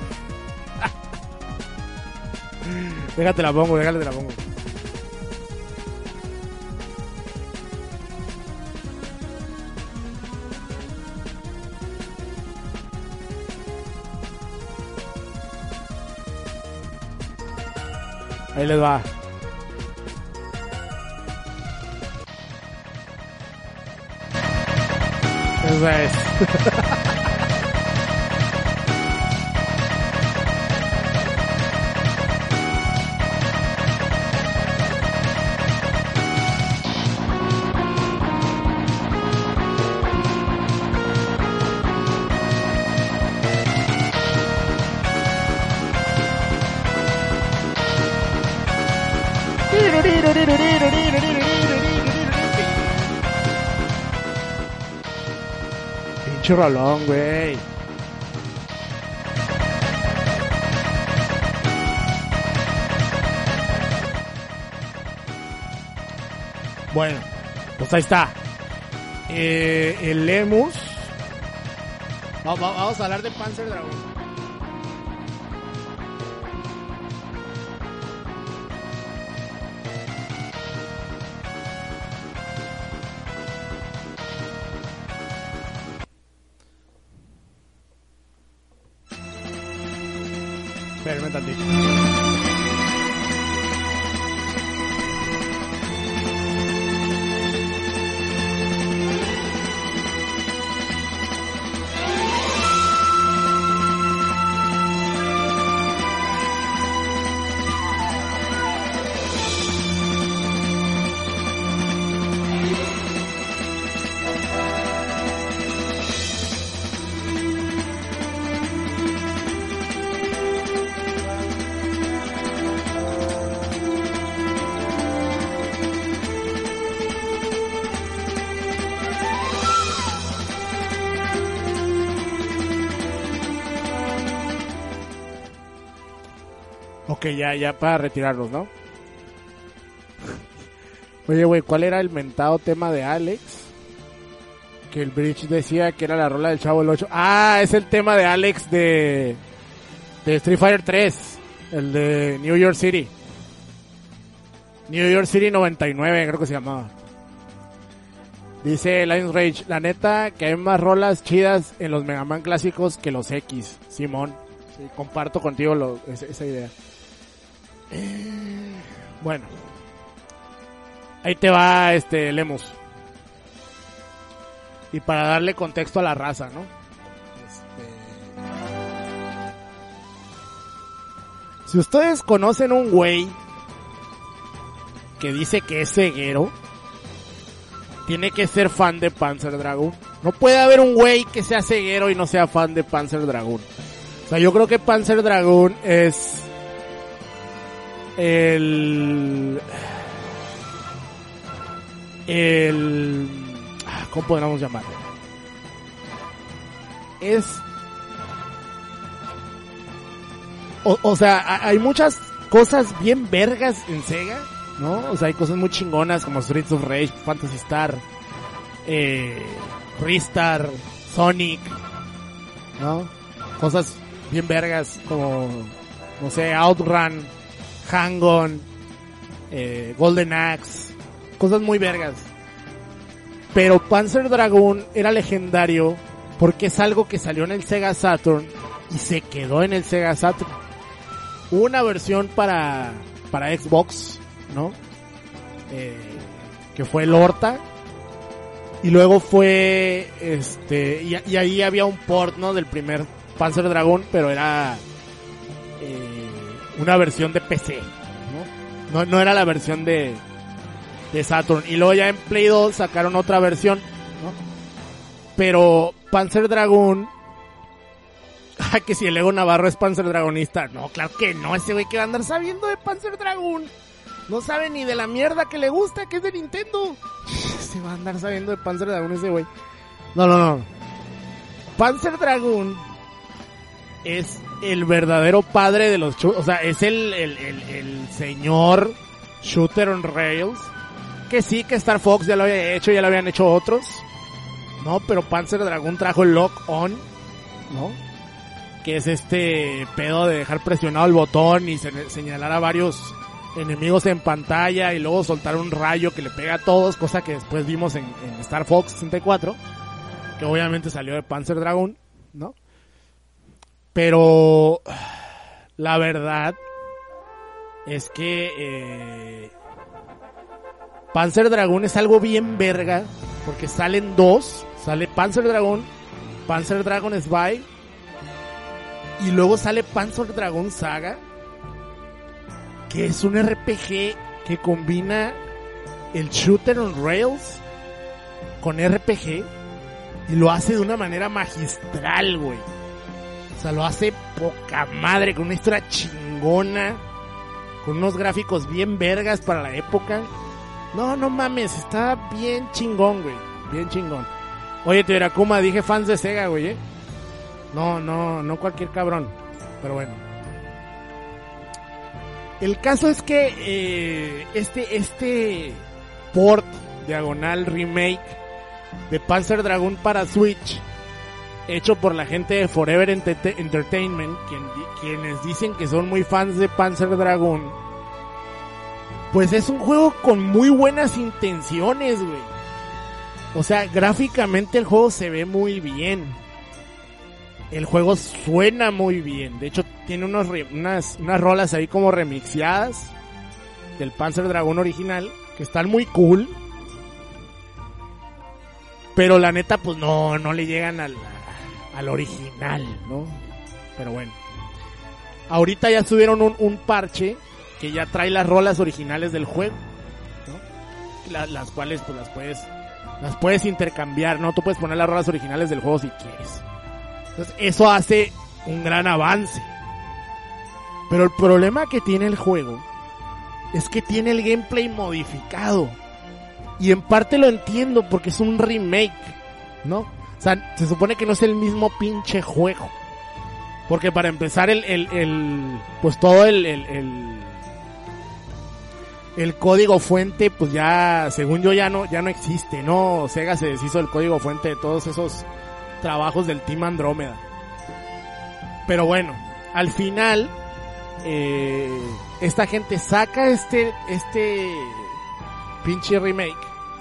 Déjate la pongo. Ahí les va. Esa es. Pinche rolón, güey. Bueno, pues ahí está. El Lemus. Vamos a hablar de Panzer Dragoon. Espérame tantito. Ok, ya para retirarnos, ¿no? Oye, güey, ¿cuál era el mentado tema de Alex? Que el Bridge decía que era la rola del Chavo del 8. Ah, es el tema de Alex de Street Fighter 3. El de New York City. New York City 99, creo que se llamaba. Dice Lions Rage, la neta que hay más rolas chidas en los Mega Man clásicos que los X. Simón, sí, comparto contigo esa idea. Bueno. Ahí te va Lemus. Y para darle contexto a la raza, ¿no? Si ustedes conocen un güey que dice que es ceguero, tiene que ser fan de Panzer Dragoon. No puede haber un güey que sea ceguero y no sea fan de Panzer Dragoon. O sea, yo creo que Panzer Dragoon es ¿cómo podríamos llamarlo? O sea, hay muchas cosas bien vergas en Sega, ¿no? O sea, hay cosas muy chingonas como Streets of Rage, Phantasy Star, Ristar, Sonic, ¿no? Cosas bien vergas como, no sé, Outrun, Hang-On, Golden Axe, cosas muy vergas. Pero Panzer Dragoon era legendario porque es algo que salió en el Sega Saturn y se quedó en el Sega Saturn. Hubo una versión para Xbox, ¿no? Que fue el Horta. Y luego fue, y ahí había un port, ¿no? Del primer Panzer Dragoon, pero era una versión de PC, ¿no? No era la versión de Saturn. Y luego ya en Play 2 sacaron otra versión, ¿no? Pero Panzer Dragoon, que si el Ego Navarro es Panzer Dragonista. No, claro que no, ese güey que va a andar sabiendo de Panzer Dragoon. No sabe ni de la mierda que le gusta, que es de Nintendo. Se va a andar sabiendo de Panzer Dragoon ese güey. No. Panzer Dragoon es el verdadero padre de los shooters. O sea, es el señor shooter on rails. Que sí, que Star Fox ya lo había hecho, ya lo habían hecho otros. No, pero Panzer Dragoon trajo el Lock On, ¿no? Que es pedo de dejar presionado el botón y señalar a varios enemigos en pantalla y luego soltar un rayo que le pega a todos, cosa que después vimos en Star Fox 64, que obviamente salió de Panzer Dragoon, ¿no? Pero la verdad es que Panzer Dragoon es algo bien verga, porque salen dos, sale Panzer Dragoon, Panzer Dragoon Spy, y luego sale Panzer Dragoon Saga, que es un RPG que combina el shooter on rails con RPG y lo hace de una manera magistral, güey. O sea, lo hace poca madre, con una historia chingona, con unos gráficos bien vergas para la época. No mames, está bien chingón, güey, bien chingón. Oye, Teorakuma, dije fans de Sega, güey, No cualquier cabrón, pero bueno. El caso es que este port diagonal remake de Panzer Dragoon para Switch, hecho por la gente de Forever Entertainment, quienes dicen que son muy fans de Panzer Dragoon, pues es un juego con muy buenas intenciones, güey. O sea, gráficamente el juego se ve muy bien. El juego suena muy bien. De hecho, tiene unas rolas ahí como remixeadas del Panzer Dragoon original, que están muy cool. Pero la neta, pues no le llegan al original, ¿no? Pero bueno. Ahorita ya subieron un parche que ya trae las rolas originales del juego, ¿no? Las cuales pues las puedes intercambiar, ¿no? Tú puedes poner las rolas originales del juego si quieres. Entonces eso hace un gran avance. Pero el problema que tiene el juego es que tiene el gameplay modificado. Y en parte lo entiendo porque es un remake, ¿no? O sea, se supone que no es el mismo pinche juego. Porque para empezar pues todo el código fuente, pues ya, según yo, ya no existe, ¿no? Sega se deshizo del código fuente de todos esos trabajos del Team Andrómeda. Pero bueno, al final, esta gente saca este pinche remake.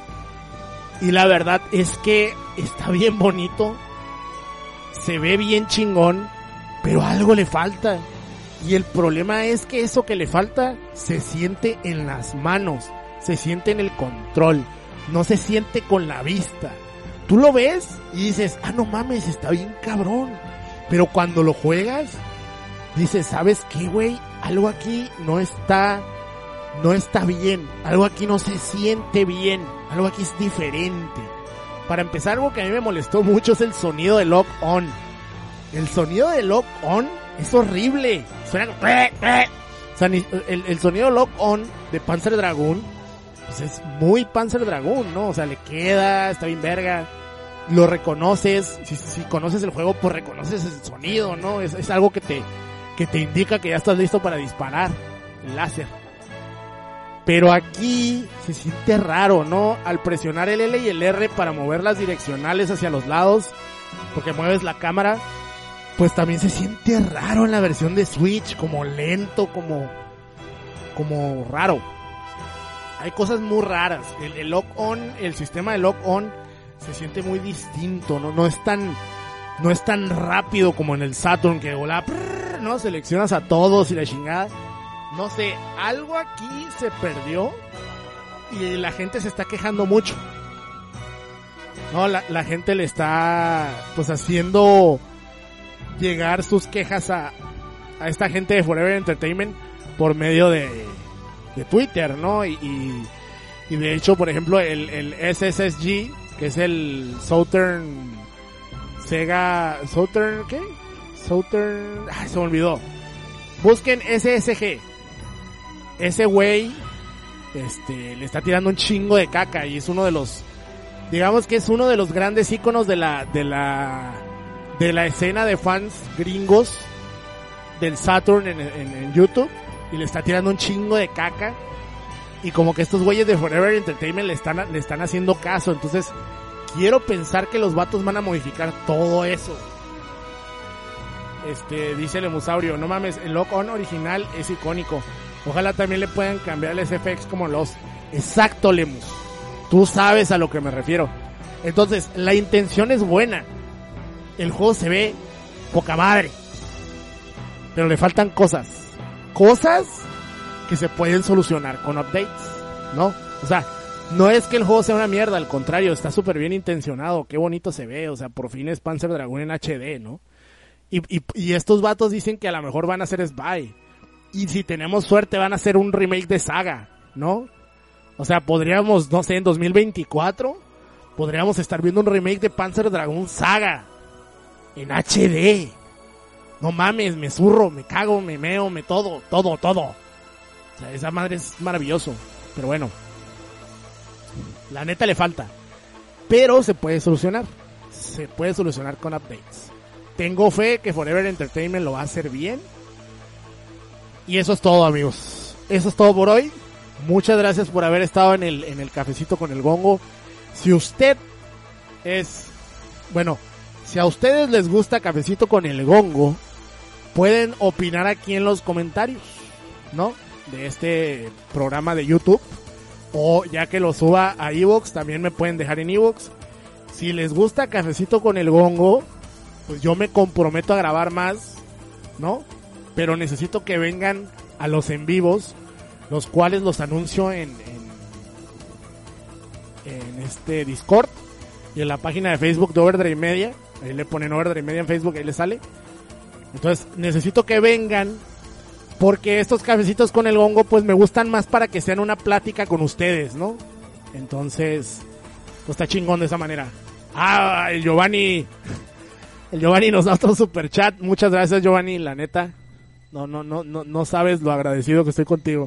Y la verdad es que está bien bonito. Se ve bien chingón. Pero algo le falta. Y el problema es que eso que le falta se siente en las manos. Se siente en el control. No se siente con la vista. Tú lo ves y dices, no mames, está bien cabrón. Pero cuando lo juegas, dices, ¿sabes qué, güey? Algo aquí no está bien. Algo aquí no se siente bien. Algo aquí es diferente. Para empezar, algo que a mí me molestó mucho es el sonido de Lock On. El sonido de Lock On es horrible. Suena... O sea, el sonido Lock On de Panzer Dragoon, pues es muy Panzer Dragoon, ¿no? O sea, le queda, está bien verga. Lo reconoces. Si conoces el juego, pues reconoces el sonido, ¿no? Es algo que te indica que ya estás listo para disparar el láser. Pero aquí se siente raro, ¿no? Al presionar el L y el R para mover las direccionales hacia los lados, porque mueves la cámara, pues también se siente raro en la versión de Switch, como lento, como raro. Hay cosas muy raras. El lock on, el sistema de lock on se siente muy distinto, no es tan rápido como en el Saturn, que no seleccionas a todos y la chingada. No sé, algo aquí se perdió y la gente se está quejando mucho. No, la gente le está pues haciendo llegar sus quejas a esta gente de Forever Entertainment por medio de Twitter, ¿no? Y de hecho, por ejemplo, el SSG, que es el Southern Sega Southern, ¿qué? Southern, se me olvidó. Busquen SSG. Ese güey le está tirando un chingo de caca y es uno de los, digamos que es uno de los grandes íconos de la escena de fans gringos del Saturn en YouTube, y le está tirando un chingo de caca, y como que estos güeyes de Forever Entertainment le están haciendo caso. Entonces quiero pensar que los vatos van a modificar todo eso. Dice Lemusaurio, no mames, el Lock On original es icónico. Ojalá también le puedan cambiar el SFX como los... Exacto, Lemus. Tú sabes a lo que me refiero. Entonces, la intención es buena. El juego se ve poca madre. Pero le faltan cosas. Cosas que se pueden solucionar con updates, ¿no? O sea, no es que el juego sea una mierda, al contrario, está súper bien intencionado. Qué bonito se ve, o sea, por fin es Panzer Dragoon en HD, ¿no? Y estos vatos dicen que a lo mejor van a hacer Spy. Y si tenemos suerte van a hacer un remake de Saga, ¿no? O sea, podríamos, no sé, en 2024, podríamos estar viendo un remake de Panzer Dragoon Saga. En HD. No mames, me zurro, me cago, me meo, me todo. O sea, esa madre es maravilloso. Pero bueno. La neta le falta. Pero se puede solucionar. Se puede solucionar con updates. Tengo fe que Forever Entertainment lo va a hacer bien. Y eso es todo, amigos. Eso es todo por hoy. Muchas gracias por haber estado en el cafecito con el gongo. Si usted es... Bueno, si a ustedes les gusta Cafecito con el Gongo, pueden opinar aquí en los comentarios, ¿no? De este programa de YouTube. O ya que lo suba a iVoox, también me pueden dejar en iVoox. Si les gusta Cafecito con el Gongo, pues yo me comprometo a grabar más, ¿no? Pero necesito que vengan a los en vivos, los cuales los anuncio en este Discord y en la página de Facebook de Overdrive Media. Ahí le ponen Overdrive Media en Facebook, ahí les sale. Entonces necesito que vengan, porque estos cafecitos con el Gongo pues me gustan más para que sean una plática con ustedes, ¿no? Entonces pues está chingón de esa manera. El Giovanni nos da otro super chat. Muchas gracias, Giovanni, la neta. No sabes lo agradecido que estoy contigo.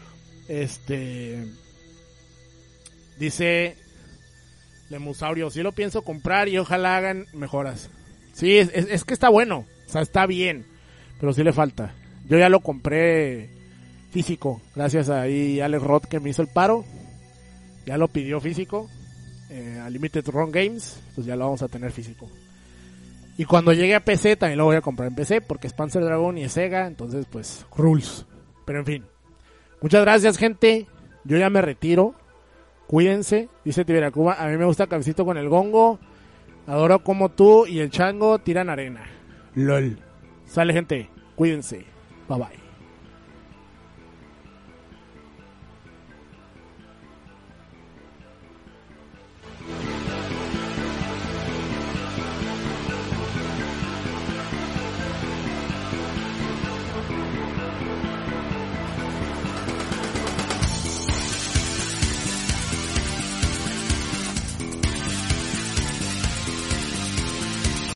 Dice Lemusaurio, sí lo pienso comprar y ojalá hagan mejoras. Sí, es que está bueno, o sea, está bien. pero sí le falta. Yo ya lo compré físico, gracias a ahí Alex Roth que me hizo el paro. Ya lo pidió físico a Limited Run Games, pues ya lo vamos a tener físico. Y cuando llegue a PC también lo voy a comprar en PC porque es Panzer Dragoon y es Sega, entonces pues rules. Pero en fin, muchas gracias gente, yo ya me retiro, cuídense, dice Tiberacuba, a mí me gusta Cabecito con el gongo, adoro como tú y el chango tiran arena, lol. Sale gente, cuídense, bye bye.